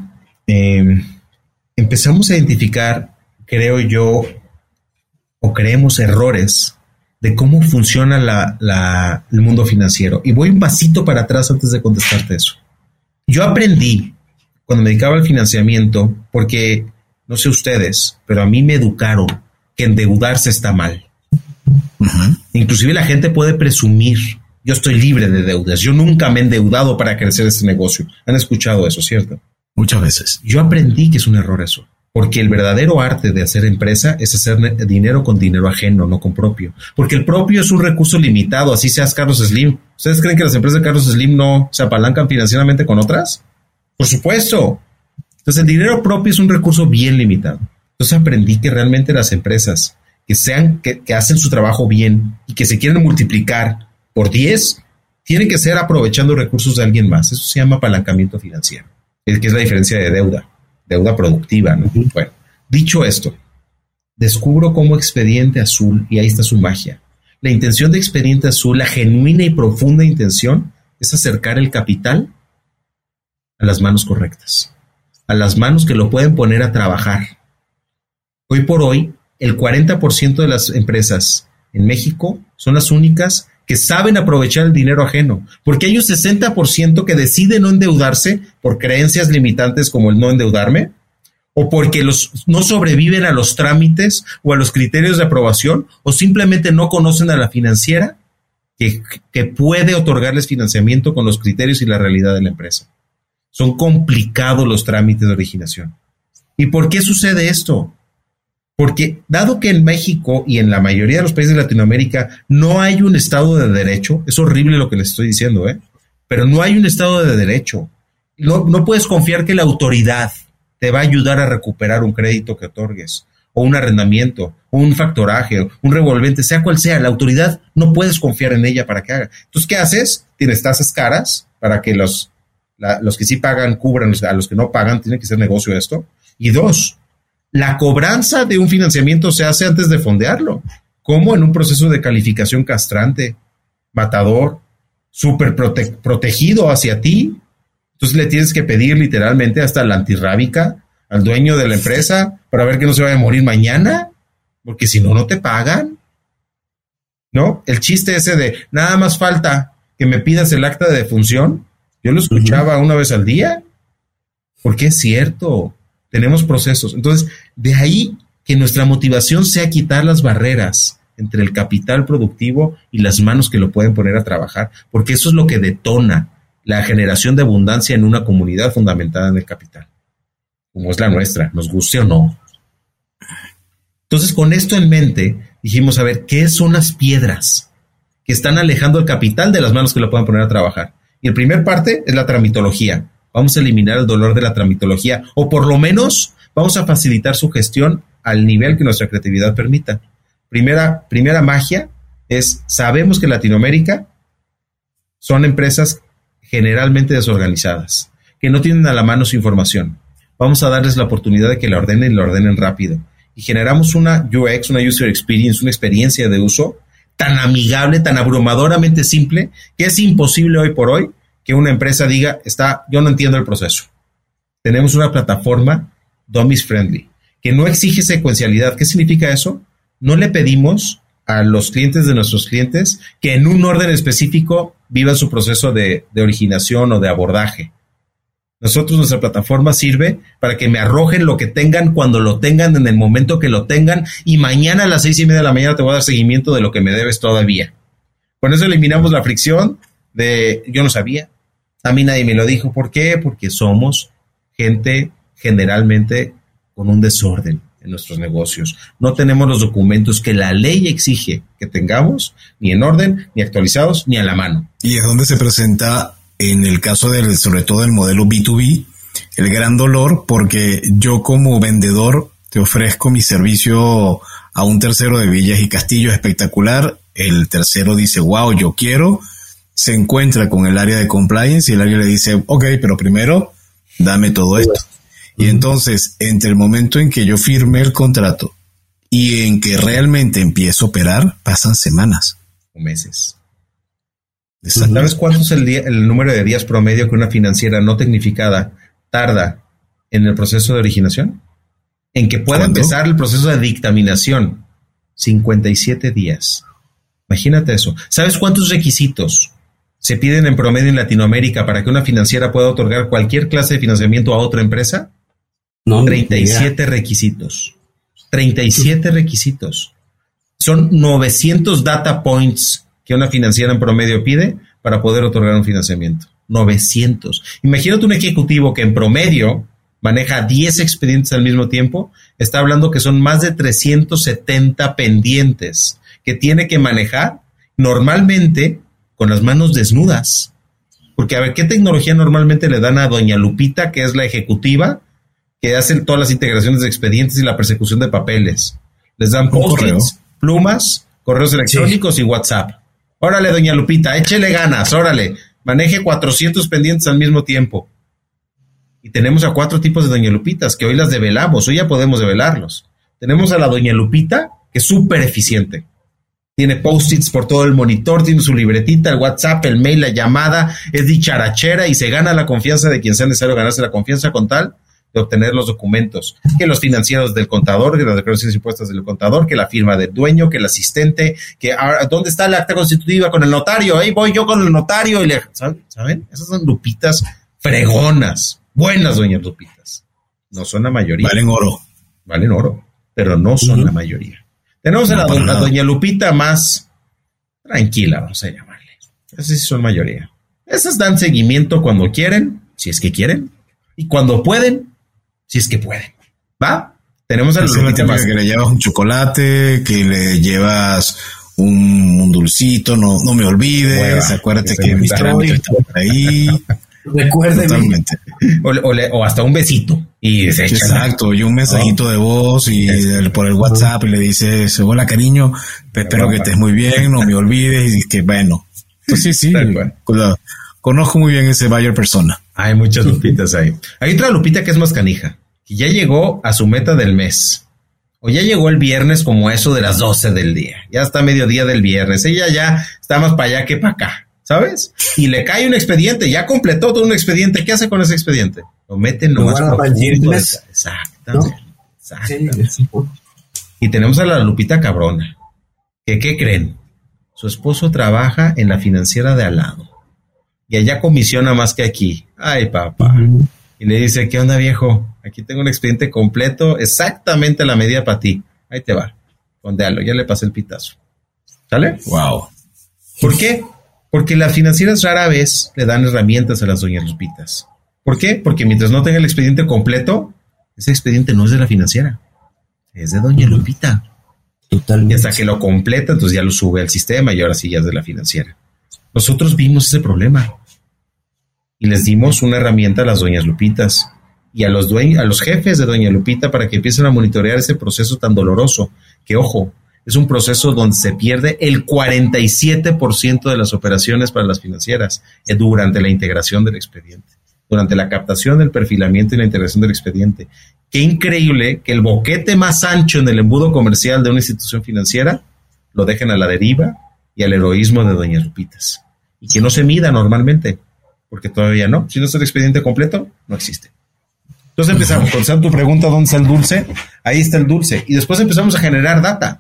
empezamos a identificar, creo yo, o creemos errores de cómo funciona el mundo financiero. Y voy un pasito para atrás antes de contestarte eso. Yo aprendí cuando me dedicaba al financiamiento, porque no sé ustedes, pero a mí me educaron que endeudarse está mal. Uh-huh. Inclusive la gente puede presumir, yo estoy libre de deudas, yo nunca me he endeudado para crecer este negocio. Han escuchado eso, ¿cierto? Muchas veces. Yo aprendí que es un error eso. Porque el verdadero arte de hacer empresa es hacer dinero con dinero ajeno, no con propio. Porque el propio es un recurso limitado, así seas Carlos Slim. ¿Ustedes creen que las empresas de Carlos Slim no se apalancan financieramente con otras? Por supuesto. Entonces el dinero propio es un recurso bien limitado. Entonces aprendí que realmente las empresas que hacen su trabajo bien y que se quieren multiplicar por 10, tienen que ser aprovechando recursos de alguien más. Eso se llama apalancamiento financiero, que es la diferencia de deuda productiva, ¿no? Bueno, dicho esto, descubro cómo Expediente Azul, y ahí está su magia. La intención de Expediente Azul, la genuina y profunda intención, es acercar el capital a las manos correctas, a las manos que lo pueden poner a trabajar. Hoy por hoy, el 40% de las empresas en México son las únicas que saben aprovechar el dinero ajeno, porque hay un 60% que decide no endeudarse por creencias limitantes como el no endeudarme, o porque no sobreviven a los trámites o a los criterios de aprobación, o simplemente no conocen a la financiera que puede otorgarles financiamiento con los criterios y la realidad de la empresa. Son complicados los trámites de originación. ¿Y por qué sucede esto? Porque dado que en México y en la mayoría de los países de Latinoamérica no hay un Estado de Derecho, es horrible lo que les estoy diciendo, pero no hay un Estado de Derecho. No puedes confiar que la autoridad te va a ayudar a recuperar un crédito que otorgues, o un arrendamiento, o un factoraje, o un revolvente, sea cual sea. La autoridad no puedes confiar en ella para que haga. Entonces, ¿qué haces? Tienes tasas caras para que los que sí pagan cubran a los que no pagan. Tiene que ser negocio esto. Y 2, la cobranza de un financiamiento se hace antes de fondearlo, como en un proceso de calificación castrante, matador, súper protegido hacia ti. Entonces le tienes que pedir literalmente hasta la antirrábica al dueño de la empresa para ver que no se vaya a morir mañana, porque si no, no te pagan. ¿No? El chiste ese de nada más falta que me pidas el acta de defunción, yo lo escuchaba una vez al día, porque es cierto. Tenemos procesos. Entonces, de ahí que nuestra motivación sea quitar las barreras entre el capital productivo y las manos que lo pueden poner a trabajar, porque eso es lo que detona la generación de abundancia en una comunidad fundamentada en el capital, como es la nuestra, nos guste o no. Entonces, con esto en mente, dijimos, a ver, ¿qué son las piedras que están alejando el capital de las manos que lo pueden poner a trabajar? Y el primer parte es la tramitología. Vamos a eliminar el dolor de la tramitología, o por lo menos vamos a facilitar su gestión al nivel que nuestra creatividad permita. Primera magia es, sabemos que en Latinoamérica son empresas generalmente desorganizadas, que no tienen a la mano su información. Vamos a darles la oportunidad de que la ordenen rápido. Y generamos una UX, una User Experience, una experiencia de uso tan amigable, tan abrumadoramente simple, que es imposible hoy por hoy que una empresa diga, yo no entiendo el proceso. Tenemos una plataforma dummies friendly, que no exige secuencialidad. ¿Qué significa eso? No le pedimos a los clientes de nuestros clientes que en un orden específico vivan su proceso de originación o de abordaje. Nuestra plataforma sirve para que me arrojen lo que tengan cuando lo tengan, en el momento que lo tengan, y mañana a las 6:30 de la mañana te voy a dar seguimiento de lo que me debes todavía. Con eso eliminamos la fricción de yo no sabía, a mí nadie me lo dijo. ¿Por qué? Porque somos gente generalmente con un desorden en nuestros negocios. No tenemos los documentos que la ley exige que tengamos, ni en orden, ni actualizados, ni a la mano. Y es donde se presenta, en el caso sobre todo del modelo B2B, el gran dolor, porque yo como vendedor te ofrezco mi servicio a un tercero de Villas y Castillos espectacular. El tercero dice, wow, yo quiero. Se encuentra con el área de compliance y el área le dice, ok, pero primero dame todo esto. Y entonces, entre el momento en que yo firme el contrato y en que realmente empiezo a operar, pasan semanas o meses. ¿Sabes cuánto es el número de días promedio que una financiera no tecnificada tarda en el proceso de originación? En que pueda empezar el proceso de dictaminación. 57 días. Imagínate eso. ¿Sabes cuántos requisitos se piden en promedio en Latinoamérica para que una financiera pueda otorgar cualquier clase de financiamiento a otra empresa? No, 37 requisitos. 37 requisitos. Son 900 data points que una financiera en promedio pide para poder otorgar un financiamiento. 900. Imagínate un ejecutivo que en promedio maneja 10 expedientes al mismo tiempo, está hablando que son más de 370 pendientes que tiene que manejar normalmente con las manos desnudas. Porque, a ver, ¿qué tecnología normalmente le dan a doña Lupita, que es la ejecutiva, que hace todas las integraciones de expedientes y la persecución de papeles? Les dan post-its, plumas, correos electrónicos y WhatsApp. Órale, doña Lupita, échele ganas, órale, maneje 400 pendientes al mismo tiempo. Y tenemos a 4 tipos de doña Lupitas, que hoy las develamos, hoy ya podemos develarlos. Tenemos a la doña Lupita, que es súper eficiente. Tiene post-its por todo el monitor, tiene su libretita, el WhatsApp, el mail, la llamada, es dicharachera y se gana la confianza de quien sea necesario ganarse la confianza con tal de obtener los documentos, que los financieros del contador, que las declaraciones impuestas del contador, que la firma del dueño, que el asistente, que ¿dónde está el acta constitutiva con el notario? Ahí voy yo con el notario. Y ¿saben? Esas son Lupitas fregonas, buenas doñas Lupitas. No son la mayoría. Valen oro, pero no son la mayoría. Tenemos a la doña Lupita más tranquila, vamos a llamarle. Esas sí son mayoría. Esas dan seguimiento cuando quieren, si es que quieren, y cuando pueden, si es que pueden. ¿Va? Tenemos a la Lupita más. Que le llevas un chocolate, que le llevas un dulcito, no me olvides, acuérdate que mi trámite está por ahí. Recuérdeme. O hasta un besito. Y se echa. Exacto, y un mensajito de voz y por el WhatsApp y le dices, hola cariño, espero que estés muy bien, no me olvides, y que bueno. Entonces sí, conozco muy bien ese buyer persona. Hay muchas Lupitas ahí. Hay otra Lupita que es más canija, que ya llegó a su meta del mes. O ya llegó el viernes como eso de las 12 del día. Ya está mediodía del viernes. Ella ya está más para allá que para acá, ¿sabes? Y le cae un expediente, ya completó todo un expediente. ¿Qué hace con ese expediente? Lo mete en lo más profundo. Exactamente. Sí. Y tenemos a la Lupita cabrona. ¿Qué creen? Su esposo trabaja en la financiera de al lado. Y allá comisiona más que aquí. Ay, papá. Y le dice, ¿qué onda, viejo? Aquí tengo un expediente completo, exactamente la medida para ti. Ahí te va. Fondealo, ya le pasé el pitazo. ¿Sale? Wow. ¿Por qué? Porque las financieras rara vez le dan herramientas a las doñas Lupitas. ¿Por qué? Porque mientras no tenga el expediente completo, ese expediente no es de la financiera. Es de doña Lupita. Totalmente. Y hasta que lo completa, entonces ya lo sube al sistema y ahora sí ya es de la financiera. Nosotros vimos ese problema y les dimos una herramienta a las doñas Lupitas y a los jefes de doña Lupita para que empiecen a monitorear ese proceso tan doloroso, que ojo, es un proceso donde se pierde el 47% de las operaciones para las financieras durante la integración del expediente, durante la captación, el perfilamiento y la integración del expediente. Qué increíble que el boquete más ancho en el embudo comercial de una institución financiera lo dejen a la deriva y al heroísmo de doñas Lupitas. Y que no se mida normalmente, porque todavía no. Si no es el expediente completo, no existe. Entonces empezamos, contestando tu pregunta, ¿dónde está el dulce? Ahí está el dulce. Y después empezamos a generar data.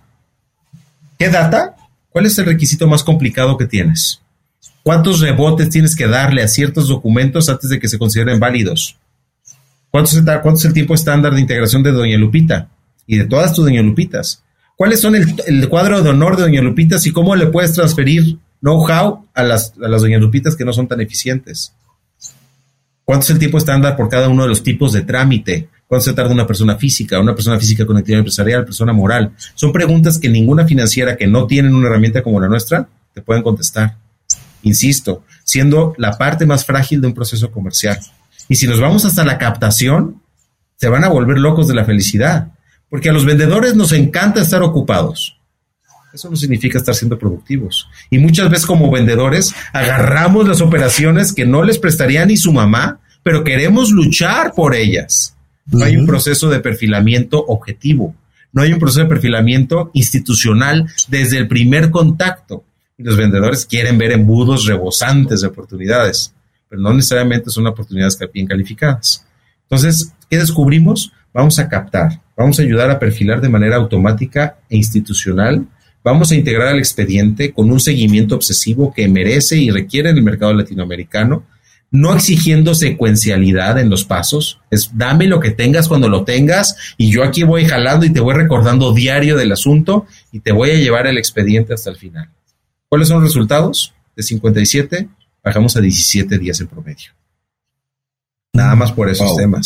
¿Qué data? ¿Cuál es el requisito más complicado que tienes? ¿Cuántos rebotes tienes que darle a ciertos documentos antes de que se consideren válidos? ¿Cuánto es el tiempo estándar de integración de doña Lupita? Y de todas tus doña Lupitas. ¿Cuáles son el cuadro de honor de doña Lupitas y cómo le puedes transferir know-how a las doña Lupitas que no son tan eficientes? ¿Cuánto es el tiempo estándar por cada uno de los tipos de trámite? ¿Cuánto se tarda una persona física con actividad empresarial, persona moral? Son preguntas que ninguna financiera que no tienen una herramienta como la nuestra te pueden contestar. Insisto, siendo la parte más frágil de un proceso comercial. Y si nos vamos hasta la captación, se van a volver locos de la felicidad. Porque a los vendedores nos encanta estar ocupados. Eso no significa estar siendo productivos. Y muchas veces como vendedores agarramos las operaciones que no les prestaría ni su mamá, pero queremos luchar por ellas. No hay un proceso de perfilamiento objetivo. No hay un proceso de perfilamiento institucional desde el primer contacto. Y los vendedores quieren ver embudos rebosantes de oportunidades, pero no necesariamente son oportunidades bien calificadas. Entonces, ¿qué descubrimos? Vamos a captar, vamos a ayudar a perfilar de manera automática e institucional, vamos a integrar al expediente con un seguimiento obsesivo que merece y requiere en el mercado latinoamericano, no exigiendo secuencialidad en los pasos, es dame lo que tengas cuando lo tengas y yo aquí voy jalando y te voy recordando diario del asunto y te voy a llevar el expediente hasta el final. ¿Cuáles son los resultados? De 57 bajamos a 17 días en promedio. Nada más por esos temas.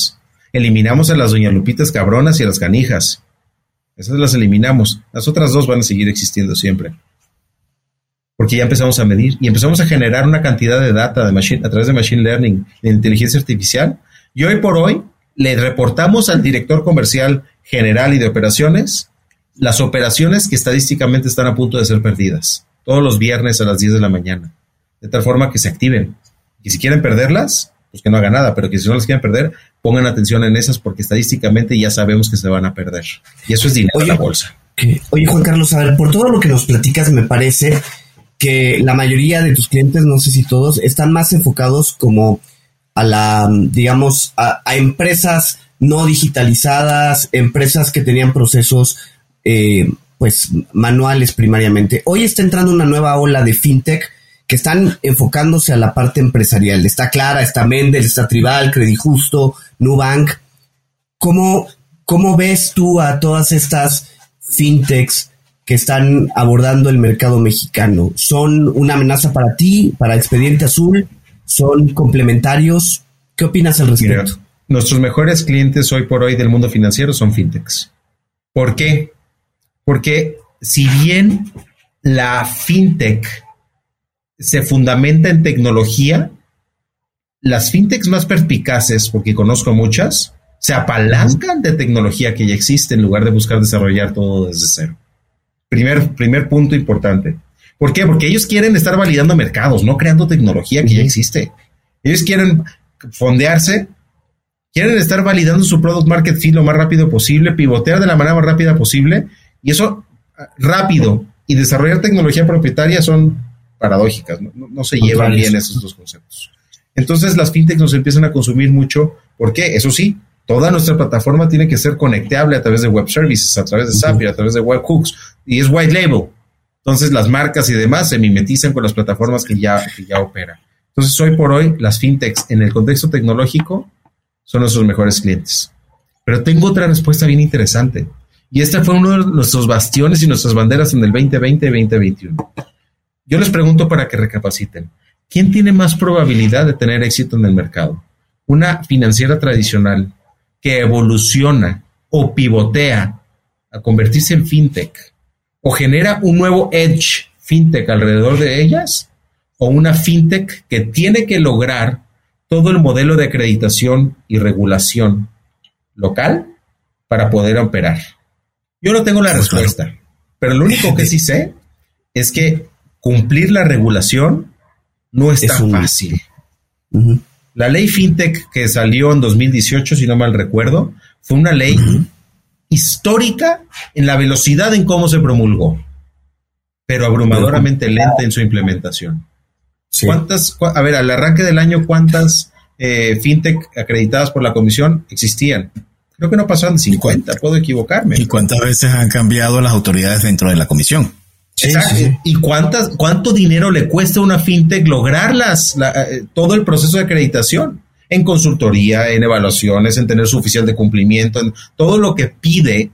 Eliminamos a las doña Lupitas cabronas y a las canijas. Esas las eliminamos. Las otras dos van a seguir existiendo siempre. Porque ya empezamos a medir y empezamos a generar una cantidad de data a través de Machine Learning, de inteligencia artificial. Y hoy por hoy le reportamos al director comercial general y de operaciones las operaciones que estadísticamente están a punto de ser perdidas. Todos los viernes a las 10 de la mañana. De tal forma que se activen. Y si quieren perderlas, pues que no hagan nada. Pero que si no las quieren perder, pongan atención en esas porque estadísticamente ya sabemos que se van a perder. Y eso es dinero en la bolsa. Oye, Juan Carlos, a ver, por todo lo que nos platicas, me parece que la mayoría de tus clientes, no sé si todos, están más enfocados como a digamos, a empresas no digitalizadas, empresas que tenían procesos pues manuales primariamente. Hoy está entrando una nueva ola de fintech que están enfocándose a la parte empresarial. Está Clara, está Mendel, está Tribal, Credijusto, Nubank. ¿Cómo ves tú a todas estas fintechs que están abordando el mercado mexicano? ¿Son una amenaza para ti, para Expediente Azul? ¿Son complementarios? ¿Qué opinas al respecto? Mira, nuestros mejores clientes hoy por hoy del mundo financiero son fintechs. ¿Por qué? Porque si bien la fintech se fundamenta en tecnología, las fintechs más perspicaces, porque conozco muchas, se apalancan de tecnología que ya existe en lugar de buscar desarrollar todo desde cero. Primer punto importante. ¿Por qué? Porque ellos quieren estar validando mercados, no creando tecnología que ya existe. Ellos quieren fondearse, quieren estar validando su product market fit lo más rápido posible, pivotear de la manera más rápida posible, y eso rápido y desarrollar tecnología propietaria son paradójicas, no se llevan bien esos dos conceptos. Entonces las fintechs nos empiezan a consumir mucho. ¿Por qué? Eso sí, toda nuestra plataforma tiene que ser conectable a través de web services, a través de Zapier, a través de webhooks, y es white label. Entonces las marcas y demás se mimetizan con las plataformas que ya operan. Entonces hoy por hoy las fintechs en el contexto tecnológico son nuestros mejores clientes. Pero tengo otra respuesta bien interesante. Y esta fue uno de nuestros bastiones y nuestras banderas en el 2020 y 2021. Yo les pregunto para que recapaciten. ¿Quién tiene más probabilidad de tener éxito en el mercado? ¿Una financiera tradicional que evoluciona o pivotea a convertirse en fintech o genera un nuevo edge fintech alrededor de ellas? ¿O una fintech que tiene que lograr todo el modelo de acreditación y regulación local para poder operar? Yo no tengo la respuesta, pero lo único que sí sé es que cumplir la regulación no es tan fácil. La ley FinTech que salió en 2018, si no mal recuerdo, fue una ley histórica en la velocidad en cómo se promulgó, pero abrumadoramente lenta en su implementación. Sí. Al arranque del año, ¿cuántas FinTech acreditadas por la comisión existían? Creo que no pasaban 50, puedo equivocarme. ¿Y cuántas veces han cambiado las autoridades dentro de la comisión? Exacto. Sí. ¿Y cuánto dinero le cuesta a una fintech lograr todo el proceso de acreditación? En consultoría, en evaluaciones, en tener su oficial de cumplimiento, en todo lo que pide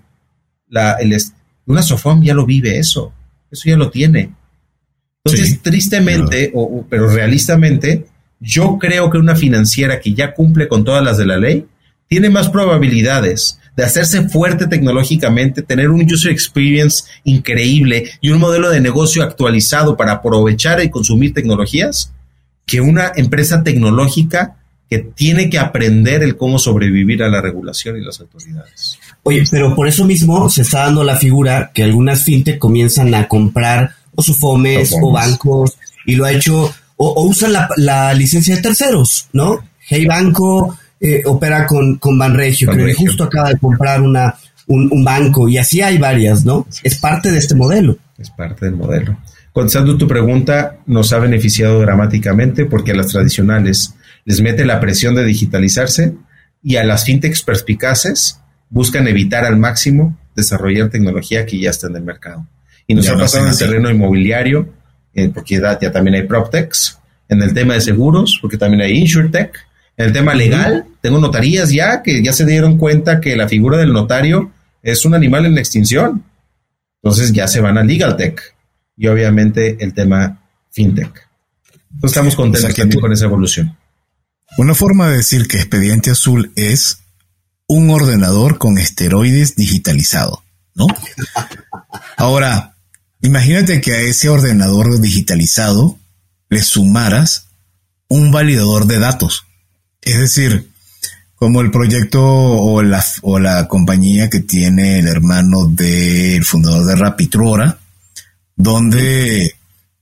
una SOFOM ya lo vive eso ya lo tiene. Entonces, sí, tristemente, pero realistamente, yo creo que una financiera que ya cumple con todas las de la ley tiene más probabilidades de hacerse fuerte tecnológicamente, tener un user experience increíble y un modelo de negocio actualizado para aprovechar y consumir tecnologías, que una empresa tecnológica que tiene que aprender el cómo sobrevivir a la regulación y las autoridades. Oye, pero por eso mismo se está dando la figura que algunas fintech comienzan a comprar o SOFOMES o bancos, y lo ha hecho, o usan la licencia de terceros, ¿no? Hey Banco opera con Banregio, creo que justo acaba de comprar un banco, y así hay varias, ¿no? Es parte de este modelo. Es parte del modelo. Contestando tu pregunta, nos ha beneficiado dramáticamente porque a las tradicionales les mete la presión de digitalizarse, y a las fintechs perspicaces buscan evitar al máximo desarrollar tecnología que ya está en el mercado. Y nos ha pasado en el terreno inmobiliario, porque ya también hay PropTechs, en el tema de seguros, porque también hay InsurTech, en el tema legal, tengo notarías que ya se dieron cuenta que la figura del notario es un animal en extinción. Entonces ya se van a LegalTech y obviamente el tema FinTech. Entonces estamos contentos también con esa evolución. Una forma de decir que Expediente Azul es un ordenador con esteroides digitalizado, ¿no? Ahora, imagínate que a ese ordenador digitalizado le sumaras un validador de datos. Es decir, como el proyecto o la compañía que tiene el hermano del fundador de Rapitrora, donde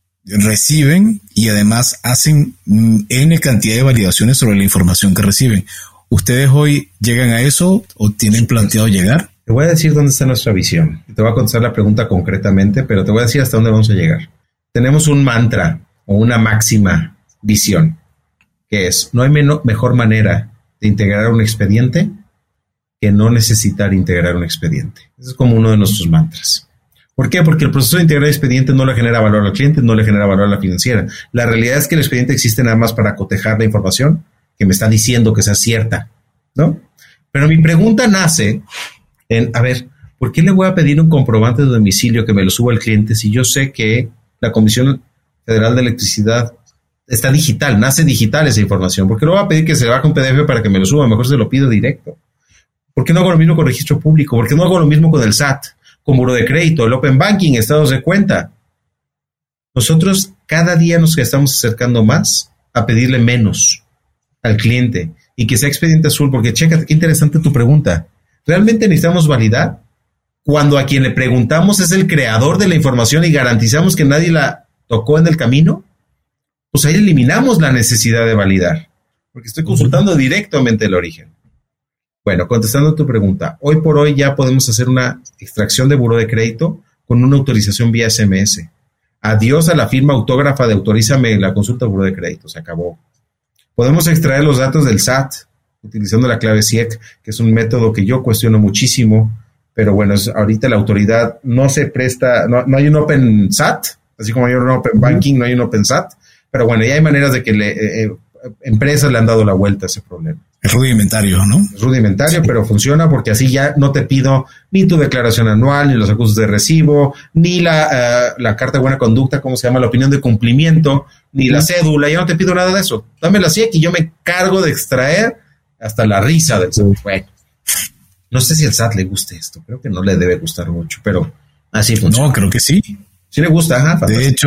reciben y además hacen N cantidad de validaciones sobre la información que reciben. ¿Ustedes hoy llegan a eso o tienen planteado llegar? Te voy a decir dónde está nuestra visión. Te voy a contestar la pregunta concretamente, pero te voy a decir hasta dónde vamos a llegar. Tenemos un mantra o una máxima visión, que es: no hay mejor manera de integrar un expediente que no necesitar integrar un expediente. Ese es como uno de nuestros mantras. ¿Por qué? Porque el proceso de integrar expediente no le genera valor al cliente, no le genera valor a la financiera. La realidad es que el expediente existe nada más para cotejar la información que me está diciendo que sea cierta, ¿no? Pero mi pregunta nace en, a ver, ¿por qué le voy a pedir un comprobante de domicilio que me lo suba el cliente si yo sé que la Comisión Federal de Electricidad está digital, nace digital esa información? ¿Por qué le voy a pedir que se baje un PDF para que me lo suba? Mejor se lo pido directo. ¿Por qué no hago lo mismo con registro público? ¿Por qué no hago lo mismo con el SAT, con Buró de Crédito, el Open Banking, estados de cuenta? Nosotros cada día nos estamos acercando más a pedirle menos al cliente y que sea expediente azul, porque chécate, qué interesante tu pregunta. ¿Realmente necesitamos validar cuando a quien le preguntamos es el creador de la información y garantizamos que nadie la tocó en el camino? Pues ahí eliminamos la necesidad de validar, porque estoy consultando directamente el origen. Bueno, contestando tu pregunta, hoy por hoy ya podemos hacer una extracción de buró de crédito con una autorización vía SMS. Adiós a la firma autógrafa de autorízame la consulta de buró de crédito, se acabó. Podemos extraer los datos del SAT utilizando la clave CIEC, que es un método que yo cuestiono muchísimo, pero bueno, ahorita la autoridad no se presta, no hay un Open SAT, así como hay un Open Banking, no hay un Open SAT, pero bueno, ya hay maneras de que empresas le han dado la vuelta a ese problema. Es rudimentario, ¿no? Es rudimentario, sí, pero funciona porque así ya no te pido ni tu declaración anual, ni los acusos de recibo, ni la carta de buena conducta, ¿cómo se llama? La opinión de cumplimiento, ni la cédula, ya no te pido nada de eso. Dame la CIEC y yo me cargo de extraer hasta la risa del SAT. Bueno, no sé si al SAT le guste esto, creo que no le debe gustar mucho, pero así funciona. No, creo que sí. Sí le gusta, ajá.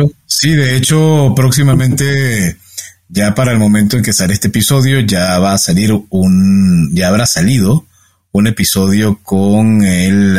De hecho, próximamente, ya para el momento en que sale este episodio, ya habrá salido un episodio con el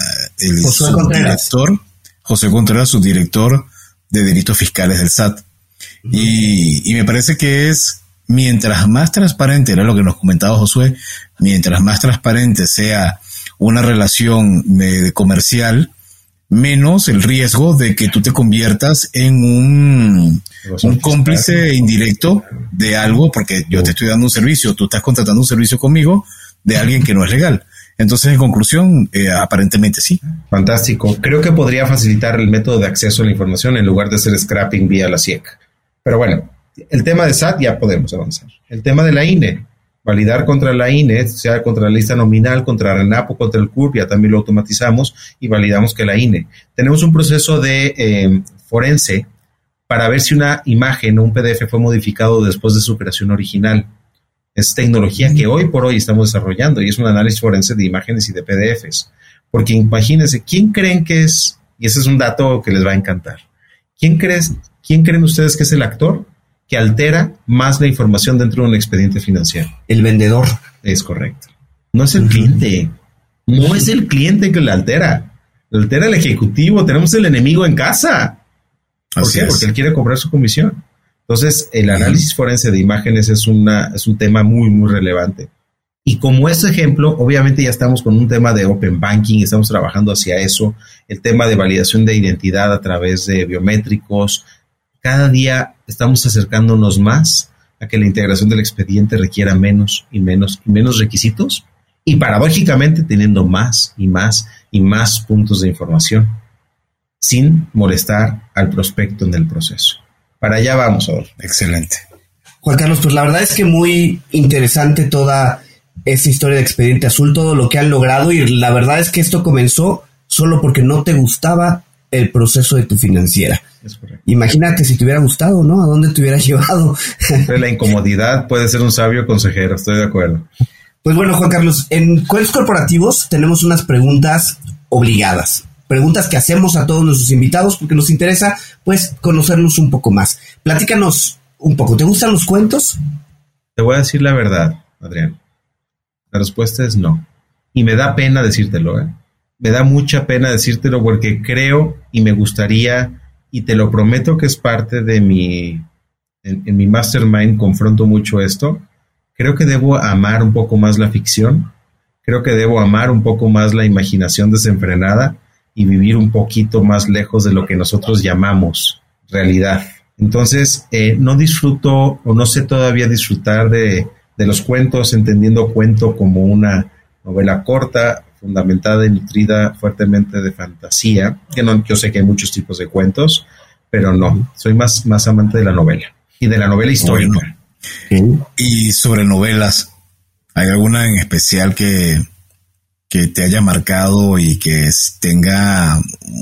subdirector, José Contreras, subdirector de delitos fiscales del SAT. Uh-huh. Y me parece que es, mientras más transparente, era lo que nos comentaba Josué, mientras más transparente sea una relación comercial, menos el riesgo de que tú te conviertas en un cómplice indirecto de algo, porque yo te estoy dando un servicio, tú estás contratando un servicio conmigo de alguien que no es legal. Entonces, en conclusión, aparentemente sí. Fantástico. Creo que podría facilitar el método de acceso a la información en lugar de hacer scrapping vía la CIEC. Pero bueno, el tema de SAT ya podemos avanzar. El tema de la INE. Validar contra la INE, sea contra la lista nominal, contra RENAPO, contra el CURP, ya también lo automatizamos y validamos que la INE. Tenemos un proceso de forense para ver si una imagen o un PDF fue modificado después de su creación original. Es tecnología que hoy por hoy estamos desarrollando y es un análisis forense de imágenes y de PDFs. Porque imagínense, ¿quién creen que es? Y ese es un dato que les va a encantar. ¿Quién creen ustedes que es el actor que altera más la información dentro de un expediente financiero? El vendedor. Es correcto. No es el cliente. No es el cliente que la altera. La altera el ejecutivo. Tenemos el enemigo en casa. ¿Por qué? Porque él quiere cobrar su comisión. Entonces, el análisis forense de imágenes es un tema muy, muy relevante. Y como ese ejemplo, obviamente ya estamos con un tema de Open Banking, estamos trabajando hacia eso. El tema de validación de identidad a través de biométricos. Cada día estamos acercándonos más a que la integración del expediente requiera menos y menos y menos requisitos y paradójicamente teniendo más y más y más puntos de información sin molestar al prospecto en el proceso. Para allá vamos ahora. Excelente. Juan Carlos, pues la verdad es que muy interesante toda esta historia de Expediente Azul, todo lo que han logrado, y la verdad es que esto comenzó solo porque no te gustaba el proceso de tu financiera. Es correcto. Imagínate si te hubiera gustado, ¿no? ¿A dónde te hubiera llevado? La incomodidad puede ser un sabio consejero, estoy de acuerdo. Pues bueno, Juan Carlos, en Cuentos Corporativos tenemos unas preguntas obligadas. Preguntas que hacemos a todos nuestros invitados porque nos interesa, pues, conocerlos un poco más. Platícanos un poco. ¿Te gustan los cuentos? Te voy a decir la verdad, Adrián. La respuesta es no. Y me da pena decírtelo, ¿eh? Me da mucha pena decírtelo porque creo y me gustaría, y te lo prometo que es parte de mi... En mi mastermind confronto mucho esto. Creo que debo amar un poco más la ficción. Creo que debo amar un poco más la imaginación desenfrenada y vivir un poquito más lejos de lo que nosotros llamamos realidad. Entonces, no disfruto o no sé todavía disfrutar de los cuentos, entendiendo cuento como una novela corta, fundamentada y nutrida fuertemente de fantasía. Que no, yo sé que hay muchos tipos de cuentos, pero no, soy más amante de la novela y de la novela histórica. Bueno. Y sobre novelas, ¿hay alguna en especial que te haya marcado y que tenga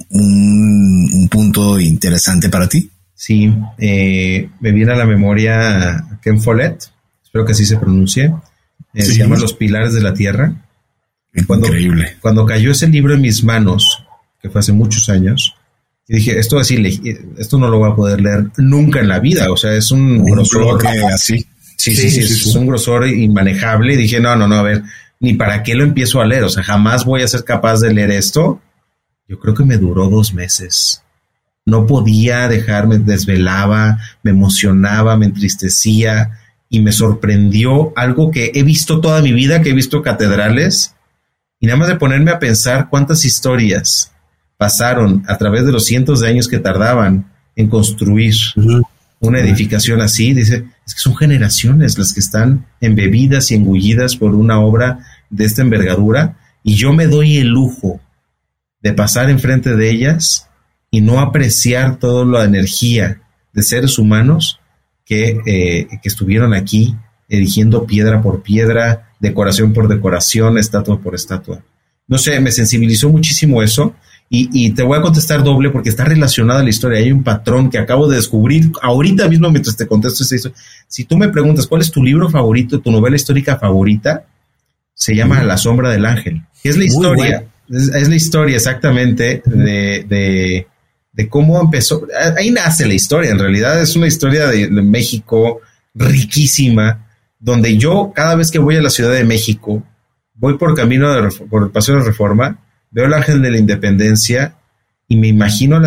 un punto interesante para ti? Sí, me viene a la memoria Ken Follett, espero que así se pronuncie, sí. Se llama Los Pilares de la Tierra. Increíble. Cuando cayó ese libro en mis manos, que fue hace muchos años, y dije, esto no lo voy a poder leer nunca en la vida, o sea, es un grosor así. Sí, es un grosor inmanejable, y dije, no, a ver, ni para qué lo empiezo a leer, o sea, jamás voy a ser capaz de leer esto. Yo creo que me duró 2 meses. No podía dejarme, desvelaba, me emocionaba, me entristecía y me sorprendió algo que he visto toda mi vida, que he visto catedrales, y nada más de ponerme a pensar cuántas historias pasaron a través de los cientos de años que tardaban en construir una edificación así. Dice, es que son generaciones las que están embebidas y engullidas por una obra de esta envergadura, y yo me doy el lujo de pasar enfrente de ellas y no apreciar toda la energía de seres humanos que estuvieron aquí erigiendo piedra por piedra, decoración por decoración, estatua por estatua. No sé, me sensibilizó muchísimo eso, y te voy a contestar doble porque está relacionada a la historia. Hay un patrón que acabo de descubrir ahorita mismo mientras te contesto eso. Si tú me preguntas cuál es tu libro favorito, tu novela histórica favorita, se llama La Sombra del Ángel. Es la historia, es la historia exactamente de cómo empezó. Ahí nace la historia, en realidad es una historia de México riquísima, donde yo cada vez que voy a la Ciudad de México, voy por el Paseo de Reforma, veo el Ángel de la Independencia y me imagino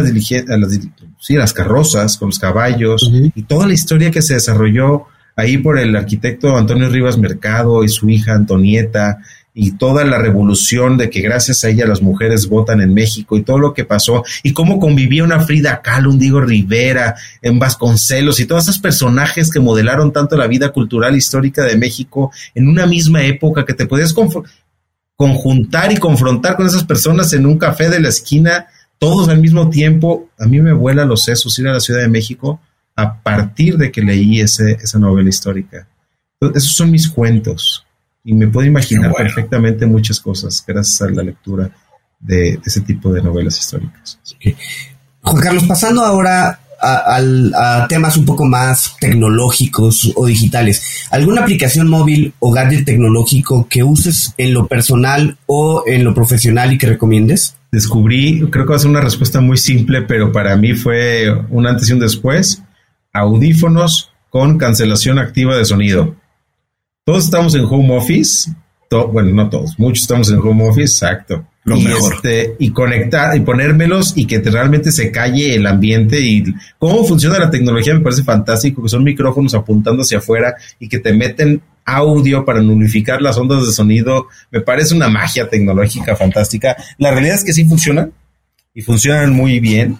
las carrozas con los caballos y toda la historia que se desarrolló ahí por el arquitecto Antonio Rivas Mercado y su hija Antonieta, y toda la revolución de que gracias a ella las mujeres votan en México, y todo lo que pasó, y cómo convivía una Frida Kahlo, un Diego Rivera, en Vasconcelos, y todos esos personajes que modelaron tanto la vida cultural histórica de México en una misma época, que te podías conjuntar y confrontar con esas personas en un café de la esquina, todos al mismo tiempo. A mí me vuela los sesos ir a la Ciudad de México a partir de que leí esa novela histórica. Entonces, esos son mis cuentos, y me puedo imaginar perfectamente muchas cosas gracias a la lectura de ese tipo de novelas históricas. Okay. Juan Carlos, pasando ahora a temas un poco más tecnológicos o digitales, ¿alguna aplicación móvil o gadget tecnológico que uses en lo personal o en lo profesional y que recomiendes? Descubrí, creo que va a ser una respuesta muy simple, pero para mí fue un antes y un después: audífonos con cancelación activa de sonido. Todos estamos en home office, bueno, no todos, muchos estamos en home office, exacto. Lo mejor. Y conectar y ponérmelos y que realmente se calle el ambiente. Y cómo funciona la tecnología me parece fantástico, que son micrófonos apuntando hacia afuera y que te meten audio para nulificar las ondas de sonido. Me parece una magia tecnológica fantástica. La realidad es que sí funcionan, y funcionan muy bien,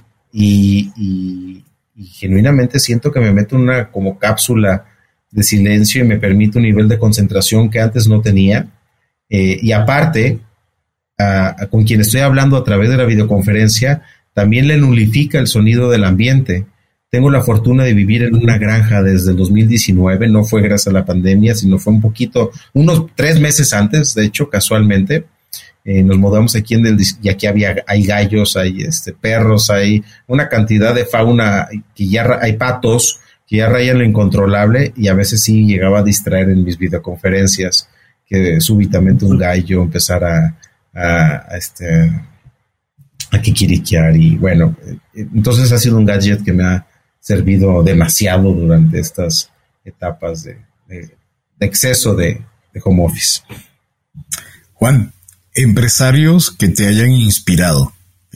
y genuinamente siento que me meto en una como cápsula de silencio y me permite un nivel de concentración que antes no tenía. Y aparte, con quien estoy hablando a través de la videoconferencia, también le nulifica el sonido del ambiente. Tengo la fortuna de vivir en una granja desde el 2019, no fue gracias a la pandemia, sino fue unos 3 meses antes, de hecho, casualmente. Nos mudamos aquí y aquí hay gallos, hay perros, hay una cantidad de fauna, que ya hay patos que ya rayan lo incontrolable, y a veces sí llegaba a distraer en mis videoconferencias, que súbitamente un gallo empezara a kikiriquear, y bueno, entonces ha sido un gadget que me ha servido demasiado durante estas etapas de exceso de home office. Juan, empresarios que te hayan inspirado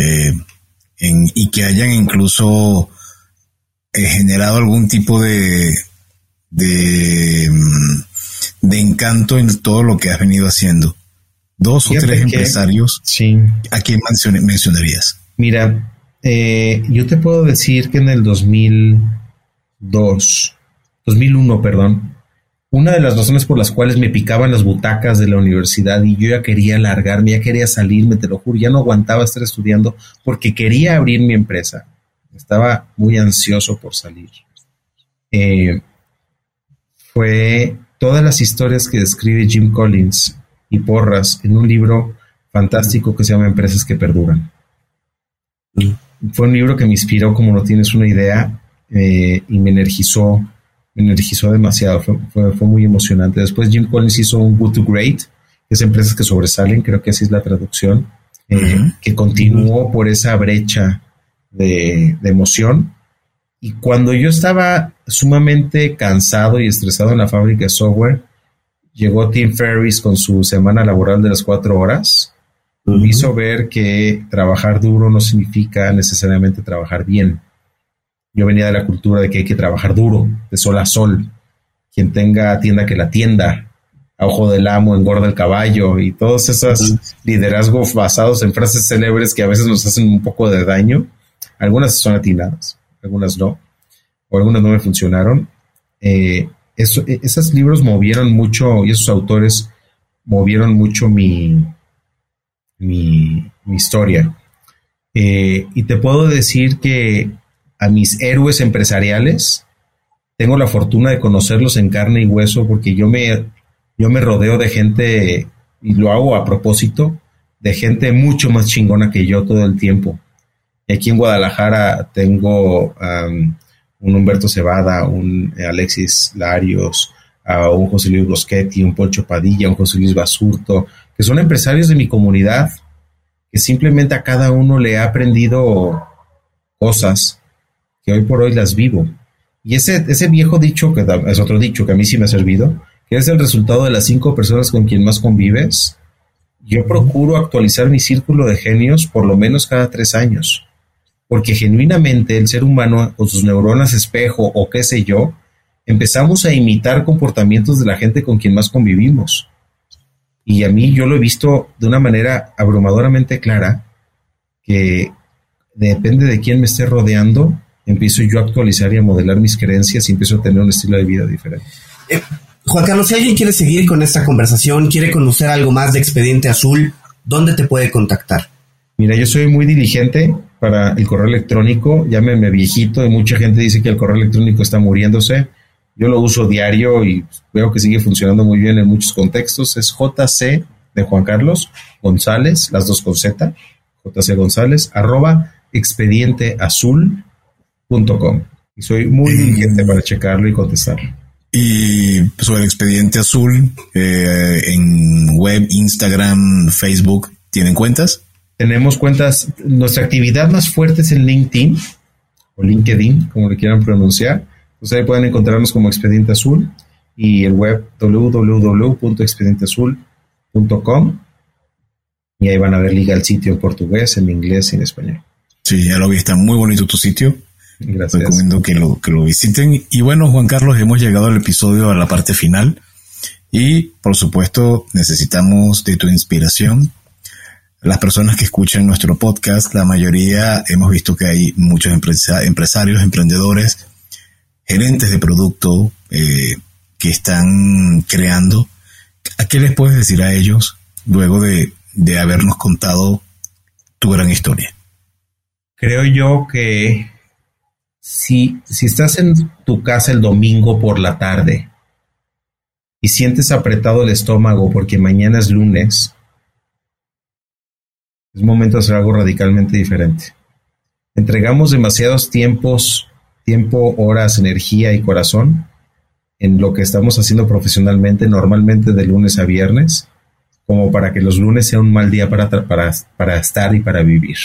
y que hayan incluso generado algún tipo de encanto en todo lo que has venido haciendo. 2 o 3 empresarios. Sí. ¿A quién mencionarías? Mira, yo te puedo decir que en el 2001, una de las razones por las cuales me picaban las butacas de la universidad y yo ya quería largarme, ya quería salirme, te lo juro, ya no aguantaba estar estudiando porque quería abrir mi empresa. Estaba muy ansioso por salir. Fue todas las historias que describe Jim Collins y Porras en un libro fantástico que se llama Empresas que Perduran. Fue un libro que me inspiró como no tienes una idea, y me energizó demasiado. Fue muy emocionante. Después Jim Collins hizo un Good to Great, que es Empresas que Sobresalen, creo que así es la traducción, que continuó por esa brecha de emoción. Y cuando yo estaba sumamente cansado y estresado en la fábrica de software, llegó Tim Ferriss con su semana laboral de las 4 horas. Me hizo ver que trabajar duro no significa necesariamente trabajar bien. Yo venía de la cultura de que hay que trabajar duro, de sol a sol. Quien tenga tienda que la tienda, a ojo del amo engorda el caballo, y todos esos liderazgos basados en frases célebres que a veces nos hacen un poco de daño. Algunas son atinadas, algunas no, o algunas no me funcionaron. Esos libros movieron mucho, y esos autores movieron mucho mi historia. Y te puedo decir que a mis héroes empresariales tengo la fortuna de conocerlos en carne y hueso, porque yo me rodeo de gente, y lo hago a propósito, de gente mucho más chingona que yo todo el tiempo. Y aquí en Guadalajara tengo un Humberto Cebada, un Alexis Larios, un José Luis Boschetti, un Poncho Padilla, un José Luis Basurto, que son empresarios de mi comunidad, que simplemente a cada uno le he aprendido cosas que hoy por hoy las vivo. Y ese viejo dicho, que es otro dicho que a mí sí me ha servido, que es el resultado de las 5 personas con quien más convives. Yo procuro actualizar mi círculo de genios por lo menos cada 3 años, porque genuinamente el ser humano, con sus neuronas espejo o qué sé yo, empezamos a imitar comportamientos de la gente con quien más convivimos. Y a mí yo lo he visto de una manera abrumadoramente clara, que depende de quién me esté rodeando, empiezo yo a actualizar y a modelar mis creencias y empiezo a tener un estilo de vida diferente. Juan Carlos, si alguien quiere seguir con esta conversación, quiere conocer algo más de Expediente Azul, ¿dónde te puede contactar? Mira, yo soy muy diligente para el correo electrónico, llámeme viejito, y mucha gente dice que el correo electrónico está muriéndose. Yo lo uso diario y veo que sigue funcionando muy bien en muchos contextos. Es JC de Juan Carlos González, las 2 con Z, JC González, @expedienteazul.com. Y soy muy diligente para checarlo y contestarlo. Y sobre Expediente Azul, en web, Instagram, Facebook, ¿tienen cuentas? Tenemos cuentas. Nuestra actividad más fuerte es en LinkedIn, o LinkedIn, como le quieran pronunciar. Entonces ahí pueden encontrarnos como Expediente Azul, y el web www.expedienteazul.com, y ahí van a ver liga al sitio en portugués, en inglés y en español. Sí, ya lo vi, está muy bonito tu sitio. Gracias. Recomiendo que lo visiten. Y bueno, Juan Carlos, hemos llegado al episodio, a la parte final, y por supuesto necesitamos de tu inspiración. Las personas que escuchan nuestro podcast, la mayoría hemos visto que hay muchos empresarios, emprendedores, gerentes de producto que están creando. ¿A qué les puedes decir a ellos luego de habernos contado tu gran historia? Creo yo que si estás en tu casa el domingo por la tarde y sientes apretado el estómago porque mañana es lunes, es momento de hacer algo radicalmente diferente. Entregamos demasiados tiempo, horas, energía y corazón en lo que estamos haciendo profesionalmente, normalmente de lunes a viernes, como para que los lunes sea un mal día para estar y para vivir.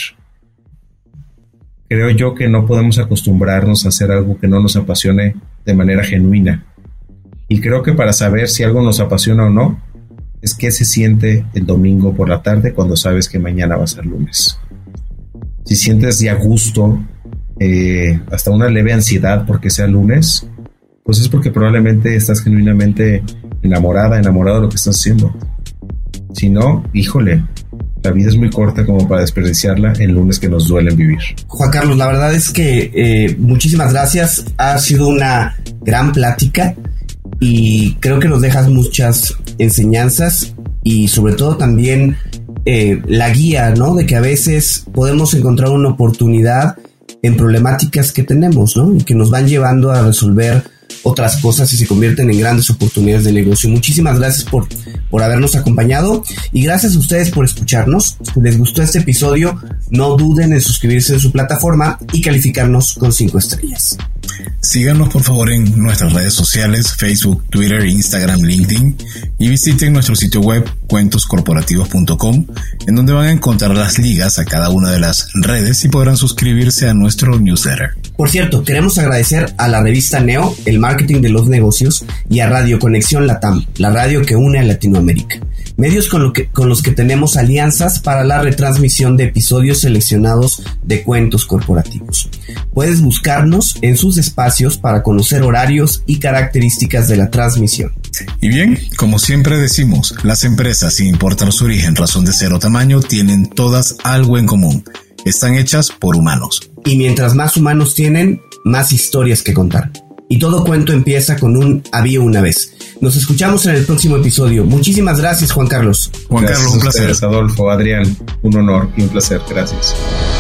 Creo yo que no podemos acostumbrarnos a hacer algo que no nos apasione de manera genuina. Y creo que para saber si algo nos apasiona o no, es qué se siente el domingo por la tarde cuando sabes que mañana va a ser lunes. Si sientes ya gusto, hasta una leve ansiedad porque sea lunes, pues es porque probablemente estás genuinamente enamorado de lo que estás haciendo. Si no, híjole, la vida es muy corta como para desperdiciarla en lunes que nos duelen vivir. Juan Carlos, la verdad es que muchísimas gracias. Ha sido una gran plática y creo que nos dejas muchas enseñanzas y sobre todo también la guía, ¿no? De que a veces podemos encontrar una oportunidad en problemáticas que tenemos, ¿no? Y que nos van llevando a resolver otras cosas y se convierten en grandes oportunidades de negocio. Muchísimas gracias por habernos acompañado y gracias a ustedes por escucharnos. Si les gustó este episodio, no duden en suscribirse en su plataforma y calificarnos con 5 estrellas. Síganos por favor en nuestras redes sociales, Facebook, Twitter, Instagram, LinkedIn y visiten nuestro sitio web cuentoscorporativos.com, en donde van a encontrar las ligas a cada una de las redes y podrán suscribirse a nuestro newsletter. Por cierto, queremos agradecer a la revista Neo, el marketing de los negocios, y a Radio Conexión Latam, la radio que une a Latinoamérica. Medios con los que tenemos alianzas para la retransmisión de episodios seleccionados de Cuentos Corporativos. Puedes buscarnos en sus espacios para conocer horarios y características de la transmisión. Y bien, como siempre decimos, las empresas, sin importar su origen, razón de ser o tamaño, tienen todas algo en común. Están hechas por humanos. Y mientras más humanos tienen, más historias que contar. Y todo cuento empieza con un había una vez. Nos escuchamos en el próximo episodio. Muchísimas gracias, Juan Carlos. Juan Carlos, un placer. Gracias, Adolfo, Adrián, un honor y un placer. Gracias.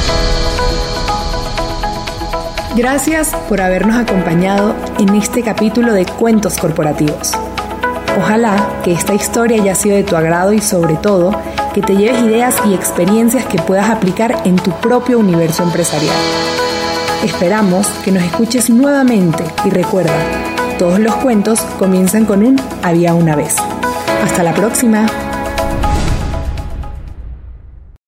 Gracias por habernos acompañado en este capítulo de Cuentos Corporativos. Ojalá que esta historia haya sido de tu agrado y sobre todo que te lleves ideas y experiencias que puedas aplicar en tu propio universo empresarial. Esperamos que nos escuches nuevamente y recuerda, todos los cuentos comienzan con un había una vez. Hasta la próxima.